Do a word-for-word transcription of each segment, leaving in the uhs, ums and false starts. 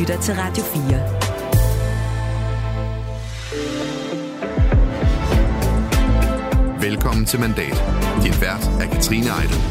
lytter til Radio fire. Velkommen til Mandat. Din vært er Katrine Ejdel.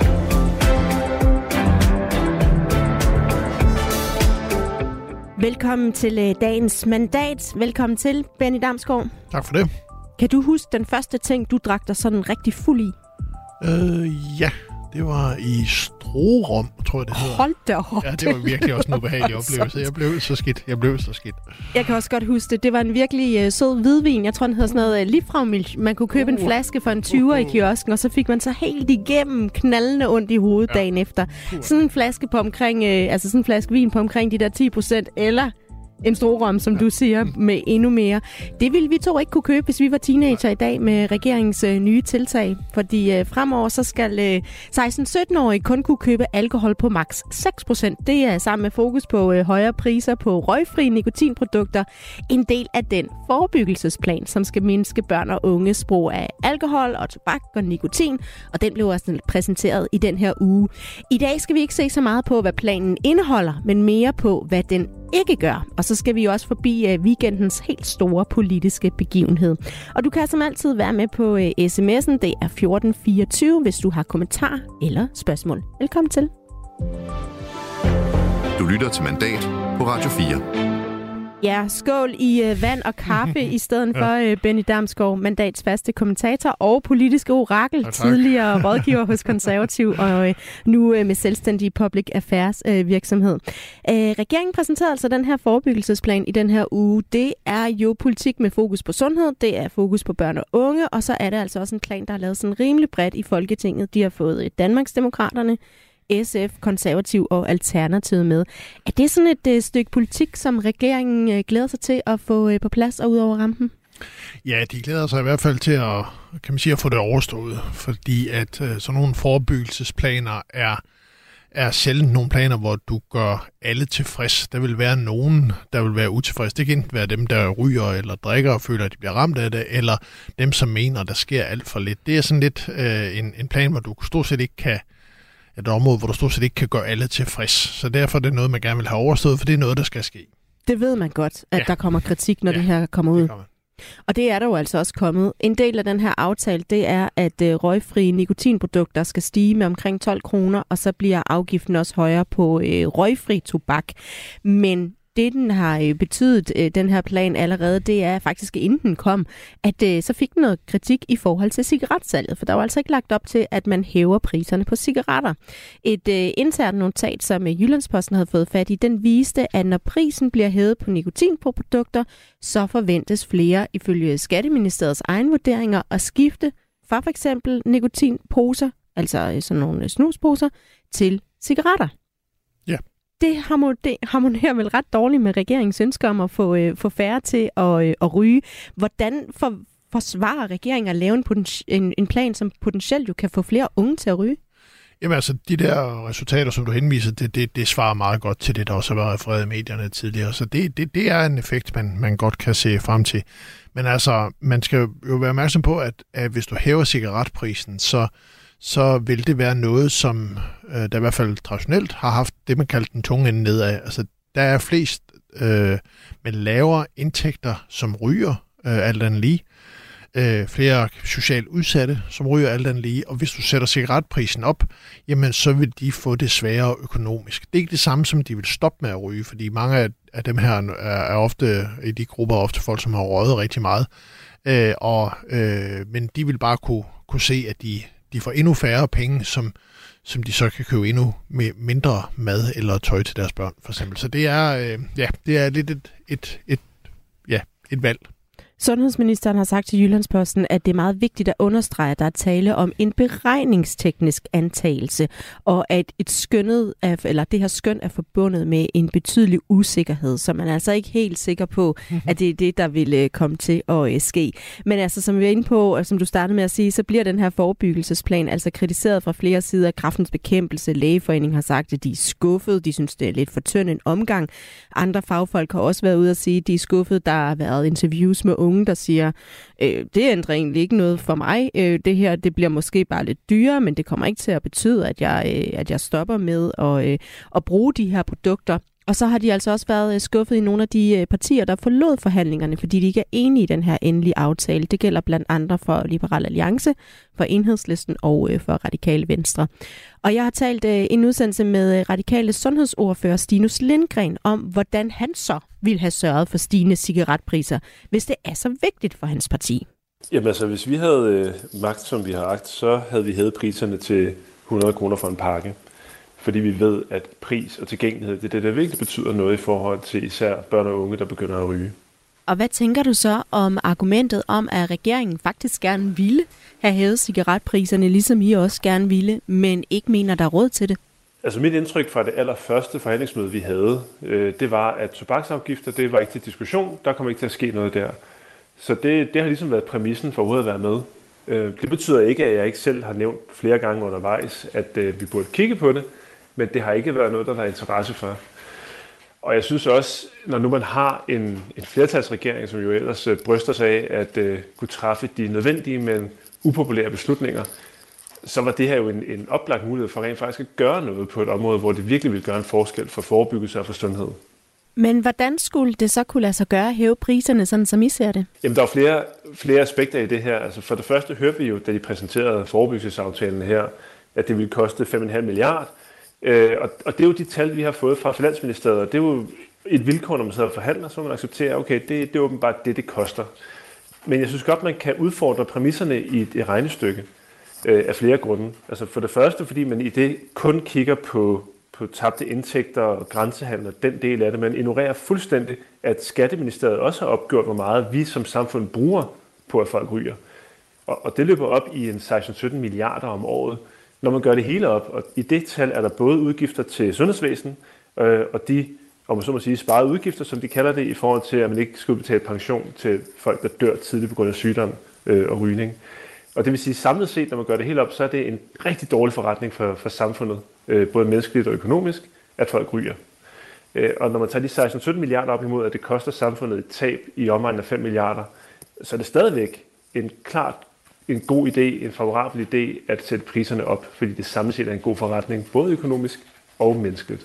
Velkommen til dagens Mandat. Velkommen til, Benny Damsgaard. Tak for det. Kan du huske den første ting, du drak dig sådan rigtig fuld i? Øh, ja, det var i Strorum, tror jeg det hedder. Hold da op. Ja, det var virkelig også en ubehagelig oplevelse. Jeg blev så skidt. Jeg blev så skidt. Jeg kan også godt huske det. Det var en virkelig uh, sød hvidvin. Jeg tror, den hedder sådan noget uh, Liebfraumilch. Man kunne købe uh. en flaske for en tyver uh. i kiosken, og så fik man så helt igennem knaldende ondt i hovedet ja. dagen efter. Uh. Sådan en flaske på omkring, uh, altså sådan en flaske vin på omkring de der ti procent, eller en Strorum, som ja. du siger, med endnu mere. Det ville vi to ikke kunne købe, hvis vi var teenager i dag med regeringens øh, nye tiltag. Fordi øh, fremover så skal øh, seksten-sytten-årige kun kunne købe alkohol på maks seks procent. Det er sammen med fokus på øh, højere priser på røgfri nikotinprodukter en del af den forebyggelsesplan, som skal mindske børn og unges brug af alkohol og tobak og nikotin. Og den blev også præsenteret i den her uge. I dag skal vi ikke se så meget på, hvad planen indeholder, men mere på, hvad den ikke gør. Og så skal vi også forbi uh, weekendens helt store politiske begivenhed. Og du kan som altid være med på uh, sms'en. Det er fjorten fireogtyve, hvis du har kommentar eller spørgsmål. Velkommen til. Du lytter til Mandat på Radio fire. Ja, skål i uh, vand og kaffe i stedet for uh, Benny Damsgaard, Mandats faste kommentator og politiske orakel, ja, tidligere rådgiver hos Konservativ og uh, nu uh, med selvstændig public affairs uh, virksomhed. Uh, regeringen præsenterede altså den her forebyggelsesplan i den her uge. Det er jo politik med fokus på sundhed, det er fokus på børn og unge, og så er det altså også en plan, der er lavet sådan rimelig bredt i Folketinget. De har fået Danmarksdemokraterne, S F, Konservativ og Alternativet med. Er det sådan et uh, stykke politik, som regeringen uh, glæder sig til at få uh, på plads og ud over rampen? Ja, de glæder sig i hvert fald til at, kan man sige, at få det overstået, fordi at uh, sådan nogle forebyggelsesplaner er, er sjældent nogle planer, hvor du gør alle tilfreds. Der vil være nogen, der vil være utilfreds. Det kan enten være dem, der ryger eller drikker og føler, at de bliver ramt af det, eller dem, som mener, der sker alt for lidt. Det er sådan lidt uh, en, en plan, hvor du stort set ikke kan et område, hvor du stort set ikke kan gøre alle tilfreds. Så derfor er det noget, man gerne vil have overstået, for det er noget, der skal ske. Det ved man godt, at ja. der kommer kritik, når ja, det her kommer ud. Det og det er der jo altså også kommet. En del af den her aftale, det er, at øh, røgfri nikotinprodukter skal stige med omkring tolv kroner, og så bliver afgiften også højere på øh, røgfri tobak. Men det, den har betydet, øh, den her plan allerede, det er faktisk, inden den kom, at øh, så fik den noget kritik i forhold til cigaretsalget, for der var altså ikke lagt op til, at man hæver priserne på cigaretter. Et øh, internt notat, som Jyllandsposten havde fået fat i, den viste, at når prisen bliver hævet på nikotinprodukter, så forventes flere, ifølge Skatteministeriets egen vurderinger, at skifte fra for eksempel nikotinposer, altså sådan nogle snusposer, til cigaretter. Ja. Det harmonerer vel ret dårligt med regeringens ønsker om at få, øh, få færre til at, øh, at ryge. Hvordan for, forsvarer regeringen at lave en, potenti- en, en plan, som potentielt jo kan få flere unge til at ryge? Jamen altså, de der resultater, som du henviser, det, det, det svarer meget godt til det, der også har været refereret i medierne tidligere. Så det, det, det er en effekt, man, man godt kan se frem til. Men altså, man skal jo være opmærksom på, at, at hvis du hæver cigaretprisen, så så vil det være noget, som øh, der i hvert fald traditionelt har haft det, man kalder den tunge ende nedad. Altså, der er flest øh, med lavere indtægter, som ryger øh, alt andet lige. Øh, flere socialt udsatte, som ryger alt andet lige. Og hvis du sætter cigaretprisen op, jamen så vil de få det sværere økonomisk. Det er ikke det samme, som de vil stoppe med at ryge, fordi mange af, af dem her er, er ofte, i de grupper ofte folk, som har røget rigtig meget. Øh, og, øh, men de vil bare kunne, kunne se, at de De får endnu færre penge, som, som de så kan købe endnu mindre mad eller tøj til deres børn, for eksempel. Så det er, øh, ja, det er lidt et, et, et, ja, et valg. Sundhedsministeren har sagt til Jyllandsposten, at det er meget vigtigt at understrege, at der er tale om en beregningsteknisk antagelse, og at et skønnet er, eller det her skøn er forbundet med en betydelig usikkerhed, så man er altså ikke helt sikker på, at det er det, der vil komme til at ske. Men altså, som vi er inde på, og som du startede med at sige, så bliver den her forebyggelsesplan altså kritiseret fra flere sider. Kræftens Bekæmpelse, Lægeforeningen har sagt, at de er skuffede. De synes, det er lidt for tynd en omgang. Andre fagfolk har også været ude at sige, at de er skuffede. Der har været interviews med unge, der siger, øh, det ændrer egentlig ikke noget for mig. Øh, det her, det bliver måske bare lidt dyrere, men det kommer ikke til at betyde, at jeg, øh, at jeg stopper med at, øh, at bruge de her produkter. Og så har de altså også været skuffet i nogle af de partier, der forlod forhandlingerne, fordi de ikke er enige i den her endelige aftale. Det gælder blandt andre for Liberal Alliance, for Enhedslisten og for Radikale Venstre. Og jeg har talt en udsendelse med Radikale sundhedsordfører Stinus Lindgren om, hvordan han så ville have sørget for stigende cigaretpriser, hvis det er så vigtigt for hans parti. Jamen altså, hvis vi havde magt, som vi har agt, så havde vi hævet priserne til hundrede kroner for en pakke. Fordi vi ved, at pris og tilgængelighed, det er det, der virkelig betyder noget i forhold til især børn og unge, der begynder at ryge. Og hvad tænker du så om argumentet om, at regeringen faktisk gerne ville have hævet cigaretpriserne, ligesom I også gerne ville, men ikke mener, der er råd til det? Altså mit indtryk fra det allerførste forhandlingsmøde, vi havde, øh, det var, at tobaksafgifter, det var ikke til diskussion. Der kommer ikke til at ske noget der. Så det, det har ligesom været præmissen for overhovedet at være med. Øh, det betyder ikke, at jeg ikke selv har nævnt flere gange undervejs, at øh, vi burde kigge på det. Men det har ikke været noget, der er interesse for. Og jeg synes også, når nu man har en, en flertalsregering, som jo ellers bryster sig af at uh, kunne træffe de nødvendige, men upopulære beslutninger, så var det her jo en, en oplagt mulighed for rent faktisk at gøre noget på et område, hvor det virkelig vil gøre en forskel for forebyggelse og for sundhed. Men hvordan skulle det så kunne lade sig gøre at hæve priserne, sådan som I ser det? Jamen, der er flere, flere aspekter i det her. Altså, for det første hørte vi jo, da de præsenterede forebyggelsesaftalen her, at det ville koste fem komma fem milliarder. Øh, og, og det er jo de tal, vi har fået fra Finansministeriet, og det er jo et vilkår, når man sidder og forhandler, så man accepterer, okay, det, det er åbenbart det, det koster. Men jeg synes godt, man kan udfordre præmisserne i et, et regnestykke øh, af flere grunde. Altså for det første, fordi man i det kun kigger på, på tabte indtægter og grænsehandel og den del af det, man ignorerer fuldstændig, at Skatteministeriet også har opgjort, hvor meget vi som samfund bruger på, at folk ryger. Og, og det løber op i en seksten til sytten milliarder om året. Når man gør det hele op, og i det tal er der både udgifter til sundhedsvæsen, øh, og de, om man så må sige, sparede udgifter, som de kalder det, i forhold til, at man ikke skal betale pension til folk, der dør tidligt på grund af sygdom øh, og rygning. Og det vil sige, samlet set, når man gør det hele op, så er det en rigtig dårlig forretning for, for samfundet, øh, både menneskeligt og økonomisk, at folk ryger. Øh, og når man tager de seksten til sytten milliarder op imod, at det koster samfundet et tab i omegnen af fem milliarder, så er det stadigvæk en klart en god idé, en favorabel idé at sætte priserne op, fordi det samlet set er en god forretning, både økonomisk og menneskeligt.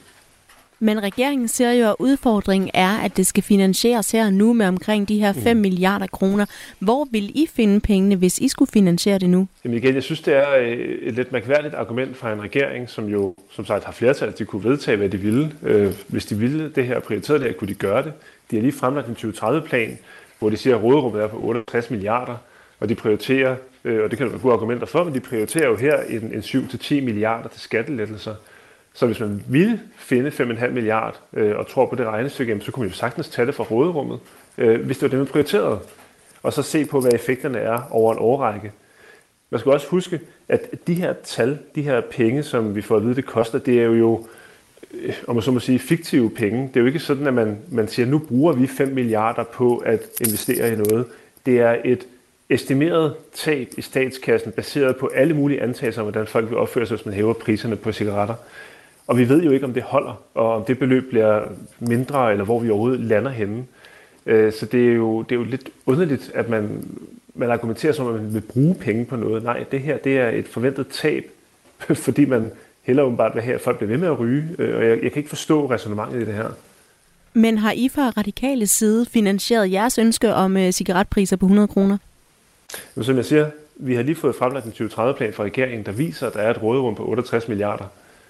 Men regeringen siger jo, at udfordringen er, at det skal finansieres her nu med omkring de her fem mm. milliarder kroner. Hvor vil I finde pengene, hvis I skulle finansiere det nu? Jamen igen, jeg synes, det er et lidt mærkværdigt argument fra en regering, som jo som sagt har flertal, at de kunne vedtage, hvad de ville. Hvis de ville det her og prioriterede det her, kunne de gøre det. De har lige fremlagt en tyve tredive-plan, hvor de siger, at råderummet er på otteogtres milliarder, og de prioriterer, og det kan der være gode argumenter for, men de prioriterer jo her en, en syv til ti milliarder til skattelettelser. Så hvis man ville finde fem komma fem milliarder øh, og tror på det regnestykke, så kunne man jo sagtens tage det fra råderummet, øh, hvis det var det, man prioriterede. Og så se på, hvad effekterne er over en årrække. Man skal også huske, at de her tal, de her penge, som vi får at vide, det koster, det er jo, øh, om man så må sige, fiktive penge. Det er jo ikke sådan, at man, man siger, nu bruger vi fem milliarder på at investere i noget. Det er et estimeret tab i statskassen, baseret på alle mulige antagelser om, hvordan folk vil opføre sig, hvis man hæver priserne på cigaretter. Og vi ved jo ikke, om det holder, og om det beløb bliver mindre, eller hvor vi overhovedet lander henne. Så det er jo, det er jo lidt underligt, at man, man argumenterer som, at man vil bruge penge på noget. Nej, det her det er et forventet tab, fordi man hellere åbenbart vil have, at folk bliver ved med at ryge. Og jeg, jeg kan ikke forstå ræsonnementet i det her. Men har I fra Radikale side finansieret jeres ønske om uh, cigaretpriser på hundrede kroner? Men som jeg siger, vi har lige fået fremlagt en tyve tredive-plan fra regeringen, der viser, at der er et råderum på otteogtres milliarder.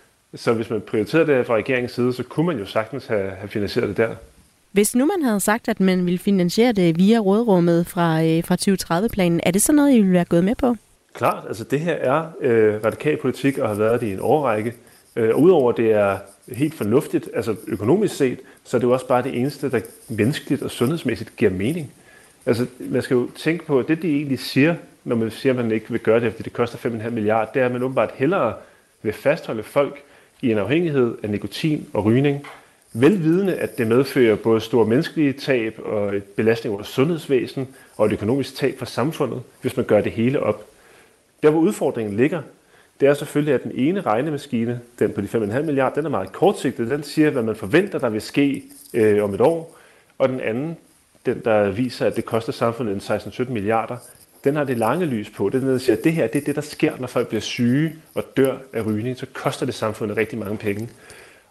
Så hvis man prioriterede det fra regeringens side, så kunne man jo sagtens have, have finansieret det der. Hvis nu man havde sagt, at man ville finansiere det via råderummet fra, øh, fra tyve tredive-planen, er det så noget, I ville være gået med på? Klart, altså det her er øh, radikal politik og har været det i en årrække. Øh, og udover det er helt fornuftigt, altså økonomisk set, så er det jo også bare det eneste, der menneskeligt og sundhedsmæssigt giver mening. Altså man skal jo tænke på, at det de egentlig siger, når man siger, at man ikke vil gøre det, fordi det koster fem komma fem milliarder, det er, at man åbenbart hellere vil fastholde folk i en afhængighed af nikotin og rygning, velvidende, at det medfører både store menneskelige tab og et belastning af vores sundhedsvæsen og et økonomisk tab for samfundet, hvis man gør det hele op. Der, hvor udfordringen ligger, det er selvfølgelig, at den ene regnemaskine, den på de fem komma fem milliarder, den er meget kortsigtet. Den siger, hvad man forventer, der vil ske øh, om et år. Og den anden, den der viser, at det koster samfundet en seksten til sytten milliarder, den har det lange lys på. Det er den, der siger, at det her det er det, der sker, når folk bliver syge og dør af rygning. Så koster det samfundet rigtig mange penge.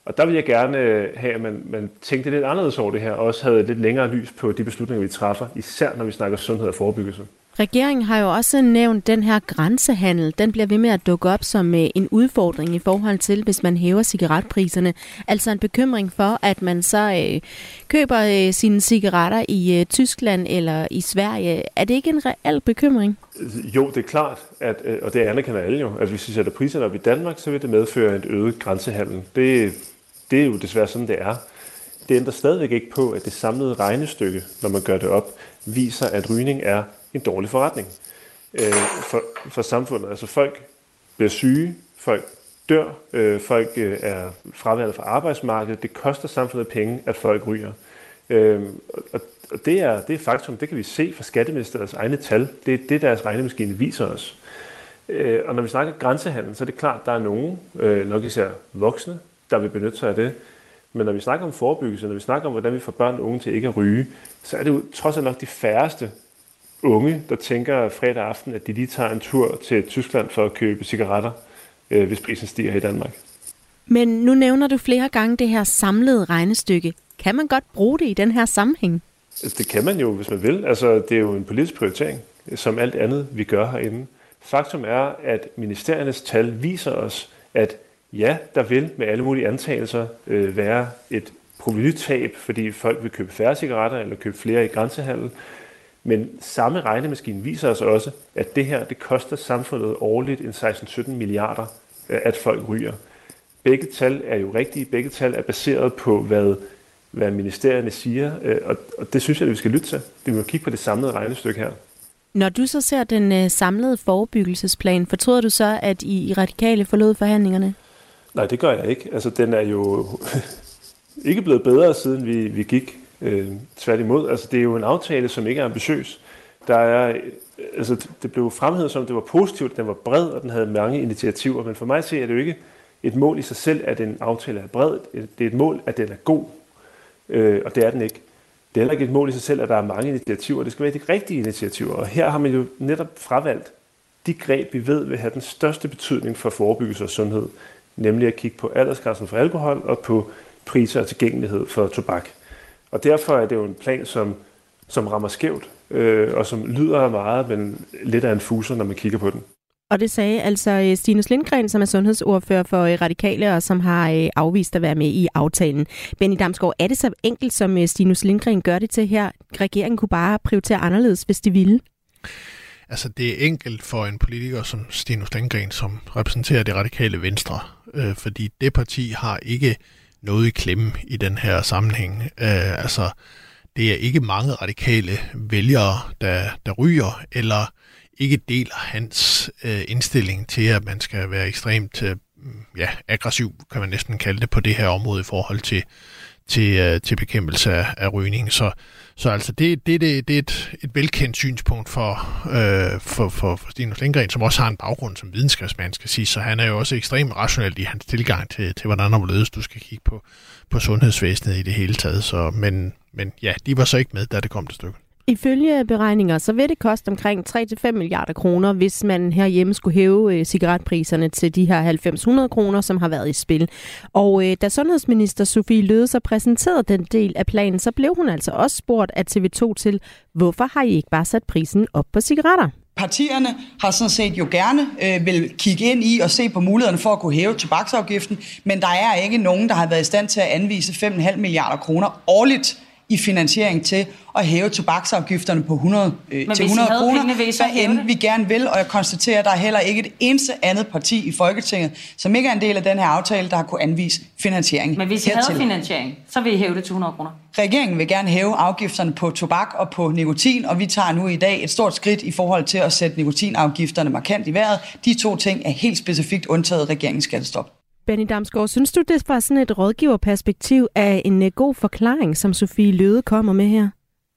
Og der vil jeg gerne have, at man, man tænkte lidt anderledes over det her, og også havde lidt længere lys på de beslutninger, vi træffer, især når vi snakker sundhed og forebyggelse. Regeringen har jo også nævnt den her grænsehandel. Den bliver ved med at dukke op som en udfordring i forhold til, hvis man hæver cigaretpriserne. Altså en bekymring for, at man så øh, køber øh, sine cigaretter i øh, Tyskland eller i Sverige. Er det ikke en reel bekymring? Jo, det er klart, at, og det anerkender alle jo, at hvis vi sætter priserne op i Danmark, så vil det medføre en øget grænsehandel. Det, det er jo desværre sådan, det er. Det ændrer stadigvæk ikke på, at det samlede regnestykke, når man gør det op, viser, at rygning er en dårlig forretning øh, for, for samfundet. Altså folk bliver syge, folk dør, øh, folk øh, er fraværet fra arbejdsmarkedet. Det koster samfundet penge, at folk ryger. Øh, og og det, er, det er faktum, det kan vi se fra Skatteministeriets egne tal. Det er det, deres regnemaskine viser os. Øh, og når vi snakker grænsehandel, så er det klart, at der er nogen, øh, nok især voksne, der vil benytte sig af det. Men når vi snakker om forebyggelse, når vi snakker om, hvordan vi får børn og unge til ikke at ryge, så er det jo trods alt nok de færreste unge, der tænker fredag aften, at de lige tager en tur til Tyskland for at købe cigaretter, øh, hvis prisen stiger i Danmark. Men nu nævner du flere gange det her samlede regnestykke. Kan man godt bruge det i den her sammenhæng? Det kan man jo, hvis man vil. Altså, det er jo en politisk prioritering, som alt andet, vi gør herinde. Faktum er, at ministeriernes tal viser os, at ja, der vil med alle mulige antagelser øh, være et provenutab, fordi folk vil købe færre cigaretter eller købe flere i grænsehandel. Men samme regnemaskine viser os også, at det her det koster samfundet årligt en seksten til sytten milliarder, at folk ryger. Begge tal er jo rigtige. Begge tal er baseret på, hvad, hvad ministerierne siger, og, og det synes jeg, at vi skal lytte til. Vi må kigge på det samlede regnestykke her. Når du så ser den samlede forebyggelsesplan, fortryder du så, at I, I Radikale forlod forhandlingerne? Nej, det gør jeg ikke. Altså, den er jo ikke blevet bedre, siden vi, vi gik. Øh, tværtimod. Altså, det er jo en aftale, som ikke er ambitiøs. Der er, altså, det blev fremhævet som, det var positivt, den var bred, og den havde mange initiativer. Men for mig at se, er det jo ikke et mål i sig selv, at en aftale er bred. Det er et mål, at den er god. Øh, og det er den ikke. Det er heller ikke et mål i sig selv, at der er mange initiativer. Det skal være de rigtige initiativer. Og her har man jo netop fravalgt de greb, vi ved vil have den største betydning for forebyggelse og sundhed. Nemlig at kigge på aldersgrænsen for alkohol og på priser og tilgængelighed for tobak. Og derfor er det jo en plan, som, som rammer skævt, øh, og som lyder meget, men lidt af en fuser, når man kigger på den. Og det sagde altså Stinus Lindgreen, som er sundhedsordfører for Radikale, og som har afvist at være med i aftalen. Benny Damsgaard, er det så enkelt, som Stinus Lindgreen gør det til her? Regeringen kunne bare prioritere anderledes, hvis de ville? Altså, det er enkelt for en politiker som Stinus Lindgreen, som repræsenterer det radikale Venstre, øh, fordi det parti har ikke noget i klemme i den her sammenhæng. Øh, altså, det er ikke mange radikale vælgere, der, der ryger, eller ikke deler hans øh, indstilling til, at man skal være ekstremt øh, ja, aggressiv, kan man næsten kalde det, på det her område i forhold til, til, øh, til bekæmpelse af, af rygning. Så, så altså, det, det, det, det er et, et velkendt synspunkt for, øh, for, for, for Stinus Lindgreen, som også har en baggrund som videnskabsmand, skal sige. Så han er jo også ekstremt rationel i hans tilgang til, til hvordan og hvorledes du skal kigge på, på sundhedsvæsenet i det hele taget. Så, men, men ja, de var så ikke med, da det kom til stykket. Ifølge beregninger, så vil det koste omkring tre til fem milliarder kroner, hvis man herhjemme skulle hæve øh, cigaretpriserne til de her halvfems hundrede kroner, som har været i spil. Og øh, da sundhedsminister Sophie Løhde så præsenterede den del af planen, så blev hun altså også spurgt af T V to til, hvorfor har I ikke bare sat prisen op på cigaretter? Partierne har sådan set jo gerne øh, vil kigge ind i og se på mulighederne for at kunne hæve tobaksafgiften, men der er ikke nogen, der har været i stand til at anvise fem komma fem milliarder kroner årligt i finansiering til at hæve tobaksafgifterne på hundrede øh, til hundrede kroner, hvad end vi gerne vil, og jeg konstaterer, at der er heller ikke et eneste andet parti i Folketinget, som ikke er en del af den her aftale, der har kunne anvise finansiering. Men hvis I havde finansiering, så vil I hæve det til hundrede kroner? Regeringen vil gerne hæve afgifterne på tobak og på nikotin, og vi tager nu i dag et stort skridt i forhold til at sætte nikotinafgifterne markant i vejret. De to ting er helt specifikt undtaget regeringens skattestop. Benny Damsgaard, synes du, det var sådan et rådgiverperspektiv af en god forklaring, som Sophie Løhde kommer med her?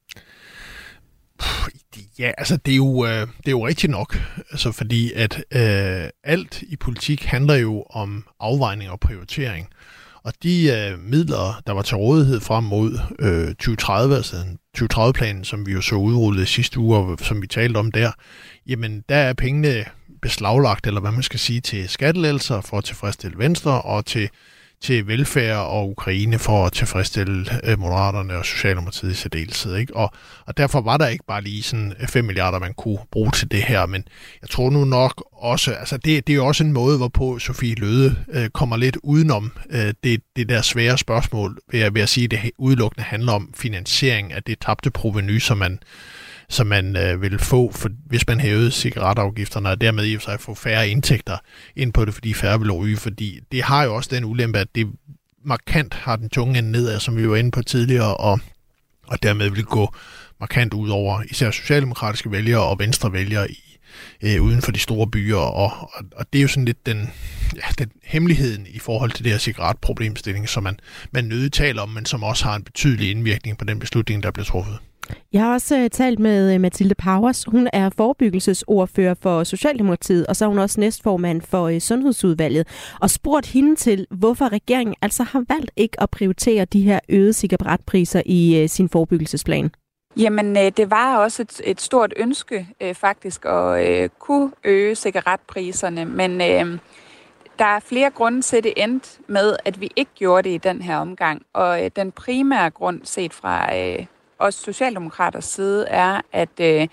Ja, altså det er jo, det er jo rigtigt nok, altså fordi at øh, alt i politik handler jo om afvejning og prioritering. Og de øh, midler, der var til rådighed frem mod øh, tyve tredive, altså tyve tredive-planen, som vi jo så udrullet sidste uge, og som vi talte om der, jamen der er pengene beslaglagt, eller hvad man skal sige, til skattelettelser for at tilfredsstille Venstre, og til, til velfærd og Ukraine for at tilfredsstille øh, Moderaterne og Socialdemokratiet i særdeleshed. Ikke? Og, og derfor var der ikke bare lige sådan fem milliarder, man kunne bruge til det her, men jeg tror nu nok også, altså det, det er jo også en måde, hvorpå Sofie Løhde øh, kommer lidt udenom øh, det, det der svære spørgsmål, ved at, ved at sige, at det udelukkende handler om finansiering af det tabte provenu, som man som man øh, vil få, for, hvis man hævede cigaretafgifterne, og dermed i og for sig få færre indtægter ind på det, fordi færre vil ryge, fordi det har jo også den ulempe, at det markant har den tunge ende nedad, som vi var inde på tidligere, og, og dermed vil gå markant ud over især socialdemokratiske vælgere og venstre vælgere i, øh, uden for de store byer, og, og, og det er jo sådan lidt den, ja, den hemmeligheden i forhold til det her cigaretproblemstilling, som man, man nødigt taler om, men som også har en betydelig indvirkning på den beslutning, der bliver truffet. Jeg har også uh, talt med uh, Mathilde Powers. Hun er forebyggelsesordfører for Socialdemokratiet, og så er hun også næstformand for uh, Sundhedsudvalget, og spurgt hende til, hvorfor regeringen altså har valgt ikke at prioritere de her øgede cigaretpriser i uh, sin forebyggelsesplan. Jamen, øh, det var også et, et stort ønske øh, faktisk at øh, kunne øge cigaretpriserne, men øh, der er flere grunde til, det endte med, at vi ikke gjorde det i den her omgang, og øh, den primære grund set fra øh, os socialdemokraters side er, at øh,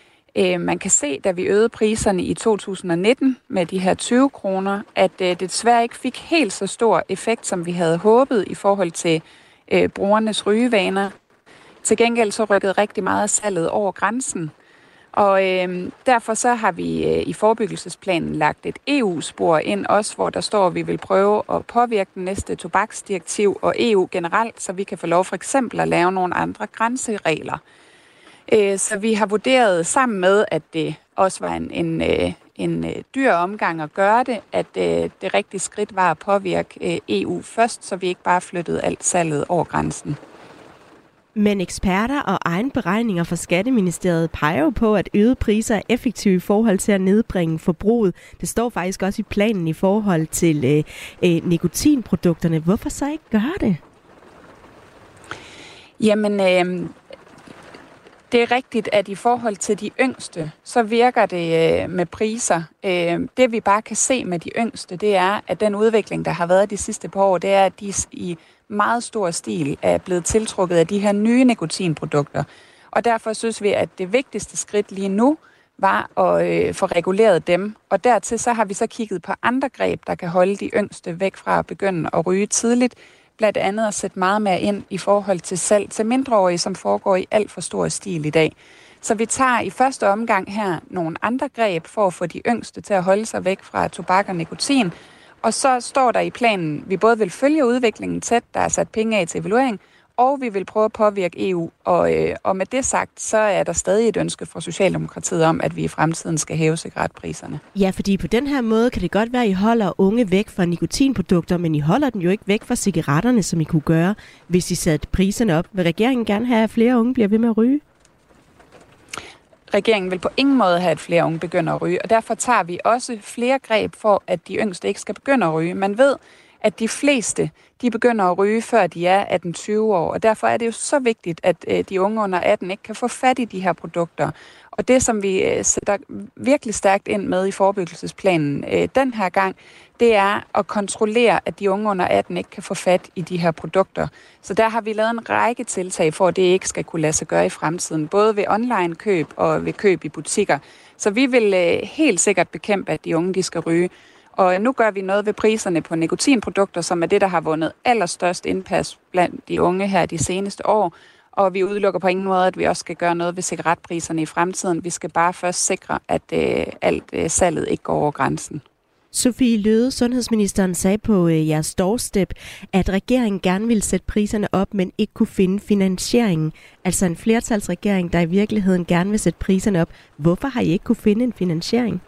øh, man kan se, da vi øgede priserne i to tusind nitten med de her tyve kroner, at øh, det desværre ikke fik helt så stor effekt, som vi havde håbet i forhold til øh, brugernes rygevaner. Til gengæld så rykkede rigtig meget af salget over grænsen. Og øh, derfor så har vi øh, i forebyggelsesplanen lagt et E U-spor ind også, hvor der står, at vi vil prøve at påvirke den næste tobaksdirektiv og E U generelt, så vi kan få lov for eksempel at lave nogle andre grænseregler. Øh, så vi har vurderet sammen med, at det også var en, en, øh, en øh, dyr omgang at gøre det, at øh, det rigtige skridt var at påvirke øh, E U først, så vi ikke bare flyttede alt salget over grænsen. Men eksperter og egen beregninger fra Skatteministeriet peger jo på, at øgede priser er effektive i forhold til at nedbringe forbruget. Det står faktisk også i planen i forhold til øh, øh, nikotinprodukterne. Hvorfor så ikke gøre det? Jamen, øh, det er rigtigt, at i forhold til de yngste, så virker det øh, med priser. Øh, det vi bare kan se med de yngste, det er, at den udvikling, der har været de sidste par år, det er, at de i meget stor stil er blevet tiltrukket af de her nye nikotinprodukter. Og derfor synes vi, at det vigtigste skridt lige nu var at øh, få reguleret dem. Og dertil så har vi så kigget på andre greb, der kan holde de yngste væk fra at begynde at ryge tidligt. Blandt andet at sætte meget mere ind i forhold til salg til mindreårige, som foregår i alt for stor stil i dag. Så vi tager i første omgang her nogle andre greb for at få de yngste til at holde sig væk fra tobak og nikotin. Og så står der i planen, at vi både vil følge udviklingen tæt, der er sat penge af til evaluering, og vi vil prøve at påvirke E U. Og, øh, og med det sagt, så er der stadig et ønske fra Socialdemokratiet om, at vi i fremtiden skal hæve cigaretpriserne. Ja, fordi på den her måde kan det godt være, at I holder unge væk fra nikotinprodukter, men I holder den jo ikke væk fra cigaretterne, som I kunne gøre, hvis I satte priserne op. Vil regeringen gerne have, at flere unge bliver ved med at ryge? Regeringen vil på ingen måde have, at flere unge begynder at ryge, og derfor tager vi også flere greb for, at de yngste ikke skal begynde at ryge. Man ved, at de fleste de begynder at ryge, før de er atten til tyve år, og derfor er det jo så vigtigt, at øh, de unge under atten ikke kan få fat i de her produkter. Og det, som vi øh, sætter virkelig stærkt ind med i forebyggelsesplanen øh, den her gang, det er at kontrollere, at de unge under atten ikke kan få fat i de her produkter. Så der har vi lavet en række tiltag for, at det ikke skal kunne lade sig gøre i fremtiden, både ved online køb og ved køb i butikker. Så vi vil øh, helt sikkert bekæmpe, at de unge de skal ryge. Og nu gør vi noget ved priserne på nikotinprodukter, som er det, der har vundet allerstørst indpas blandt de unge her de seneste år. Og vi udelukker på ingen måde, at vi også skal gøre noget ved cigaretpriserne i fremtiden. Vi skal bare først sikre, at øh, alt øh, salget ikke går over grænsen. Sofie Løhde, sundhedsministeren, sagde på øh, jeres doorstep, at regeringen gerne ville sætte priserne op, men ikke kunne finde finansieringen. Altså en flertalsregering, der i virkeligheden gerne vil sætte priserne op. Hvorfor har I ikke kunne finde en finansiering?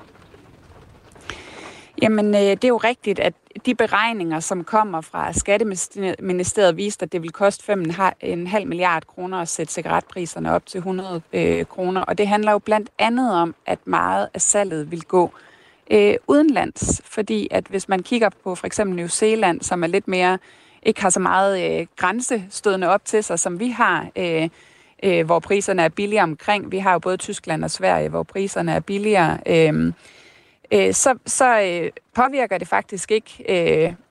Jamen, øh, det er jo rigtigt, at de beregninger, som kommer fra Skatteministeriet, viste, at det vil koste fem komma fem milliard kroner at sætte cigaretpriserne op til hundrede øh, kroner. Og det handler jo blandt andet om, at meget af salget vil gå øh, udenlands. Fordi at hvis man kigger på for eksempel New Zealand, som er lidt mere, ikke har så meget øh, grænsestødende op til sig, som vi har, øh, øh, hvor priserne er billigere omkring. Vi har jo både Tyskland og Sverige, hvor priserne er billigere. Øh, Så, så øh, påvirker det faktisk ikke øh,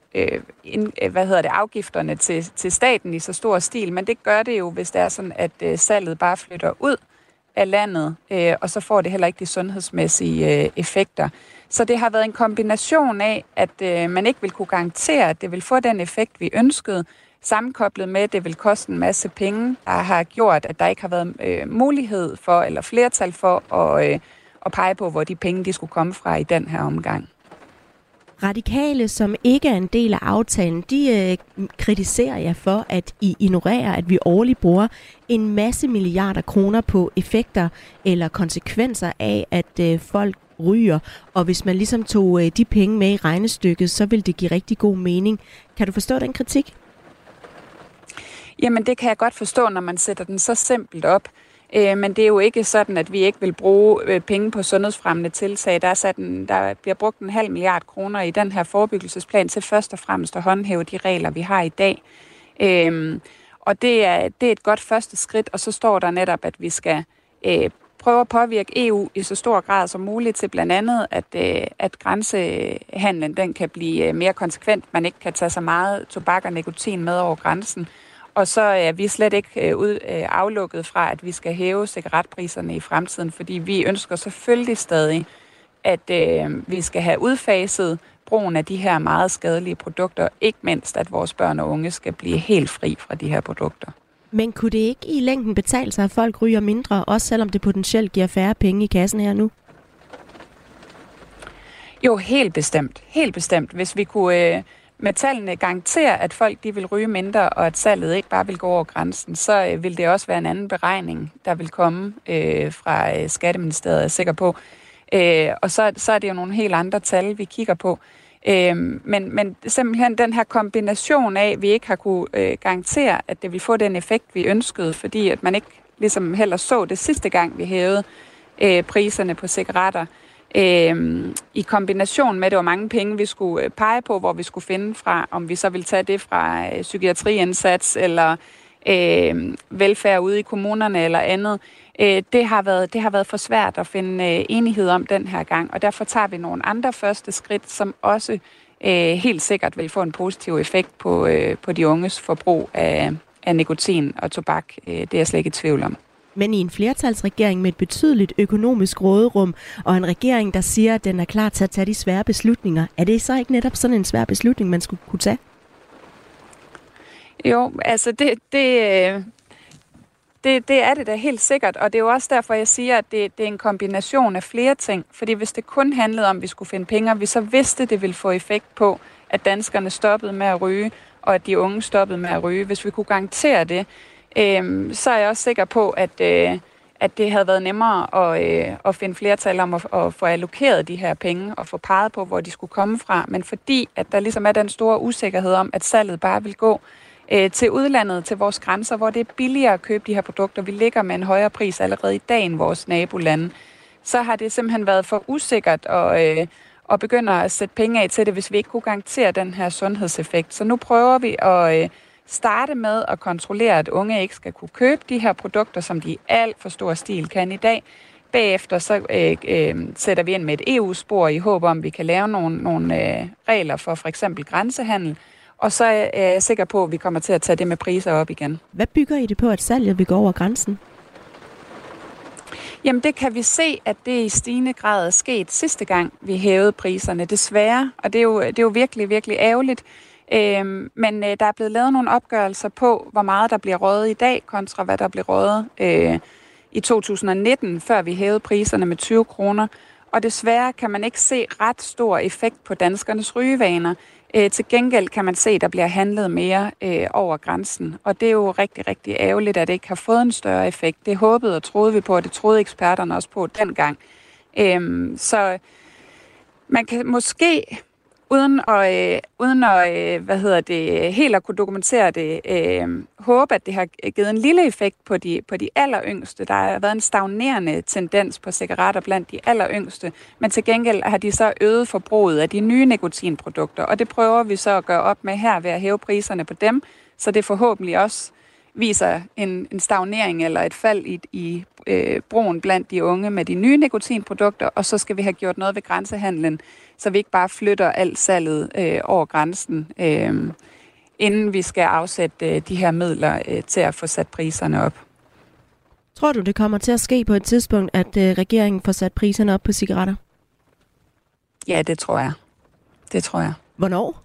øh, ind, hvad hedder det, afgifterne til, til staten i så stor stil, men det gør det jo, hvis det er sådan, at øh, salget bare flytter ud af landet, øh, og så får det heller ikke de sundhedsmæssige øh, effekter. Så det har været en kombination af, at øh, man ikke vil kunne garantere, at det vil få den effekt, vi ønskede, sammenkoblet med, at det vil koste en masse penge, der har gjort, at der ikke har været øh, mulighed for, eller flertal for, at, øh, at pege på, hvor de penge de skulle komme fra i den her omgang. Radikale, som ikke er en del af aftalen, de øh, kritiserer jer for, at I ignorerer, at vi årligt bruger en masse milliarder kroner på effekter eller konsekvenser af, at øh, folk ryger. Og hvis man ligesom tog øh, de penge med i regnestykket, så vil det give rigtig god mening. Kan du forstå den kritik? Jamen det kan jeg godt forstå, når man sætter den så simpelt op. Øh, men det er jo ikke sådan, at vi ikke vil bruge øh, penge på sundhedsfremmende tiltag. Der, er sat en, der bliver brugt en halv milliard kroner i den her forebyggelsesplan til først og fremmest at håndhæve de regler, vi har i dag. Øh, og det er, det er et godt første skridt, og så står der netop, at vi skal øh, prøve at påvirke E U i så stor grad som muligt til blandt andet, at, øh, at grænsehandlen den kan blive øh, mere konsekvent. Man ikke kan tage så meget tobak og nikotin med over grænsen. Og så er vi slet ikke øh, ud, øh, aflukket fra, at vi skal hæve cigaretpriserne i fremtiden, fordi vi ønsker selvfølgelig stadig, at øh, vi skal have udfaset brugen af de her meget skadelige produkter, ikke mindst at vores børn og unge skal blive helt fri fra de her produkter. Men kunne det ikke i længden betale sig, at folk ryger mindre, også selvom det potentielt giver færre penge i kassen her nu? Jo, helt bestemt. Helt bestemt. Hvis vi kunne øh, med tallene garantere, at folk de vil ryge mindre, og at salget ikke bare vil gå over grænsen, så øh, vil det også være en anden beregning, der vil komme øh, fra øh, Skatteministeriet, jeg er sikker på. Øh, og så, så er det jo nogle helt andre tal, vi kigger på. Øh, men, men simpelthen den her kombination af, at vi ikke har kunne øh, garantere, at det vil få den effekt, vi ønskede, fordi at man ikke ligesom heller så det sidste gang, vi hævede øh, priserne på cigaretter, øh, i kombination med, at det var mange penge, vi skulle pege på, hvor vi skulle finde fra, om vi så ville tage det fra øh, psykiatriindsats eller øh, velfærd ude i kommunerne eller andet. Øh, det, har været, det har været for svært at finde øh, enighed om den her gang, og derfor tager vi nogle andre første skridt, som også øh, helt sikkert vil få en positiv effekt på, øh, på de unges forbrug af, af nikotin og tobak. Øh, det er jeg slet ikke i tvivl om. Men i en flertalsregering med et betydeligt økonomisk råderum, og en regering, der siger, at den er klar til at tage de svære beslutninger, er det så ikke netop sådan en svær beslutning, man skulle kunne tage? Jo, altså det, det, det, det er det da helt sikkert, og det er jo også derfor, jeg siger, at det, det er en kombination af flere ting. Fordi hvis det kun handlede om, at vi skulle finde penge, og vi så vidste, det ville få effekt på, at danskerne stoppede med at ryge, og at de unge stoppede med at ryge. Hvis vi kunne garantere det, øh, så er jeg også sikker på, at, øh, at det havde været nemmere at, øh, at finde flertal om at, at få allokeret de her penge, og få peget på, hvor de skulle komme fra. Men fordi, at der ligesom er den store usikkerhed om, at salget bare vil gå til udlandet, til vores grænser, hvor det er billigere at købe de her produkter. Vi ligger med en højere pris allerede i dag end vores nabolande. Så har det simpelthen været for usikkert at, øh, at begynde at sætte penge af til det, hvis vi ikke kunne garantere den her sundhedseffekt. Så nu prøver vi at øh, starte med at kontrollere, at unge ikke skal kunne købe de her produkter, som de i alt for stor stil kan i dag. Bagefter så øh, øh, sætter vi ind med et E U-spor i håb om, at vi kan lave nogle, nogle øh, regler for for eksempel grænsehandel. Og så er jeg sikker på, at vi kommer til at tage det med priser op igen. Hvad bygger I det på, at salget vil gå over grænsen? Jamen det kan vi se, at det i stigende grad er sket sidste gang, vi hævede priserne, desværre. Og det er jo, det er jo virkelig, virkelig ærgerligt. Øhm, men øh, der er blevet lavet nogle opgørelser på, hvor meget der bliver røget i dag, kontra hvad der bliver røget øh, i to tusind nitten, før vi hævede priserne med tyve kroner. Og desværre kan man ikke se ret stor effekt på danskernes rygevaner. Øh, til gengæld kan man se, at der bliver handlet mere øh, over grænsen. Og det er jo rigtig, rigtig ærgerligt, at det ikke har fået en større effekt. Det håbede og troede vi på, og det troede eksperterne også på dengang. Øh, så man kan måske, uden at, øh, uden at øh, hvad hedder det, helt at kunne dokumentere det, øh, håbe, at det har givet en lille effekt på de, på de alleryngste. Der har været en stagnerende tendens på cigaretter blandt de alleryngste, men til gengæld har de så øget forbruget af de nye nikotinprodukter, og det prøver vi så at gøre op med her ved at hæve priserne på dem, så det forhåbentlig også viser en, en stagnering eller et fald i, i øh, brugen blandt de unge med de nye nikotinprodukter, og så skal vi have gjort noget ved grænsehandlen, så vi ikke bare flytter alt salget øh, over grænsen, øh, inden vi skal afsætte øh, de her midler øh, til at få sat priserne op. Tror du, det kommer til at ske på et tidspunkt, at øh, regeringen får sat priserne op på cigaretter? Ja, det tror jeg. Det tror jeg. Hvornår?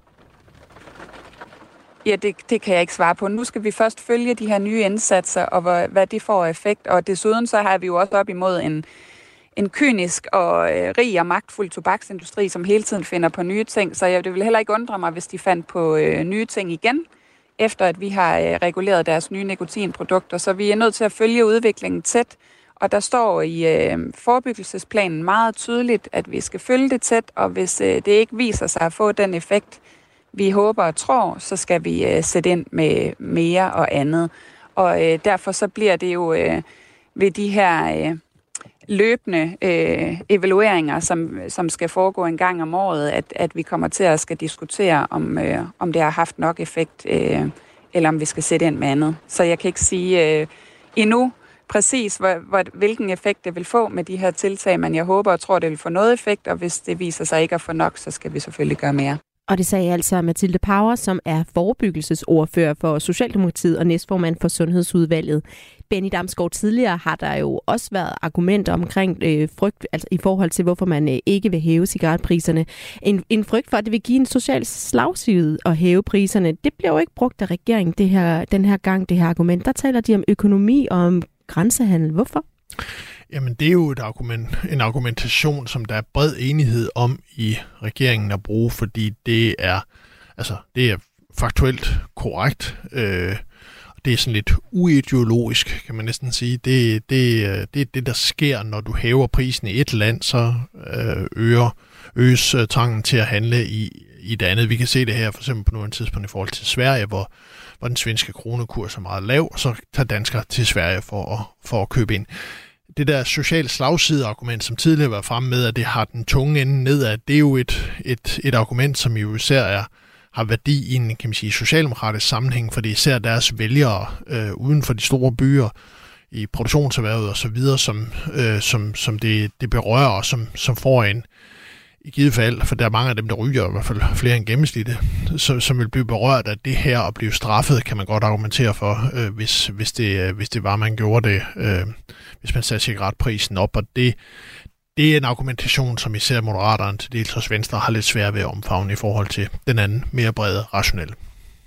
Ja, det, det kan jeg ikke svare på. Nu skal vi først følge de her nye indsatser, og hvad, hvad de får effekt. Og desuden så har vi jo også op imod en, en kynisk og øh, rig og magtfuld tobaksindustri, som hele tiden finder på nye ting. Så jeg, det vil heller ikke undre mig, hvis de fandt på øh, nye ting igen, efter at vi har øh, reguleret deres nye nikotinprodukter. Så vi er nødt til at følge udviklingen tæt. Og der står i øh, forebyggelsesplanen meget tydeligt, at vi skal følge det tæt, og hvis øh, det ikke viser sig at få den effekt, vi håber og tror, så skal vi øh, sætte ind med mere og andet. Og øh, derfor så bliver det jo øh, ved de her øh, løbende øh, evalueringer, som, som skal foregå en gang om året, at, at vi kommer til at skal diskutere, om, øh, om det har haft nok effekt, øh, eller om vi skal sætte ind med andet. Så jeg kan ikke sige øh, endnu præcis, hvor, hvor, hvilken effekt det vil få med de her tiltag, men jeg håber og tror, det vil få noget effekt, og hvis det viser sig ikke at få nok, så skal vi selvfølgelig gøre mere. Og det sagde altså Mathilde Power, som er forebyggelsesordfører for Socialdemokratiet og næstformand for Sundhedsudvalget. Benny Damsgaard, tidligere har der jo også været argumenter omkring øh, frygt, altså i forhold til, hvorfor man øh, ikke vil hæve cigaretpriserne. En, en frygt for, at det vil give en social slagside at hæve priserne. Det bliver jo ikke brugt af regeringen det her, den her gang, det her argument. Der taler de om økonomi og om grænsehandel. Hvorfor? Jamen, det er jo et argument, en argumentation, som der er bred enighed om i regeringen at bruge, fordi det er, altså, det er faktuelt korrekt. Øh, det er sådan lidt uideologisk, kan man næsten sige. Det, det, det er det, der sker, når du hæver prisen i et land, så øh, øger, øges trangen til at handle i, i det andet. Vi kan se det her for eksempel på nuværende tidspunkt i forhold til Sverige, hvor, hvor den svenske kronekurs er meget lav, og så tager danskere til Sverige for at, for at købe ind. Det der social slagside-argument, som tidligere var fremme med, at det har den tunge ende nedad, det er jo et, et, et argument, som jo især er, har værdi i en, kan man sige, socialdemokratisk sammenhæng, for det er især deres vælgere øh, uden for de store byer, i produktionserhvervet og så videre, som, øh, som, som det, det berører, og som, som får en, i givet fald, for der er mange af dem, der ryger, i hvert fald flere end gennemsnittet, som, som vil blive berørt af det her og blive straffet, kan man godt argumentere for, øh, hvis, hvis, det, hvis det var, man gjorde det, øh, hvis man satte cigaretprisen op. Og det, det er en argumentation, som især Moderaterne til dels hos Venstre har lidt svært ved at omfavne i forhold til den anden, mere brede, rationelle.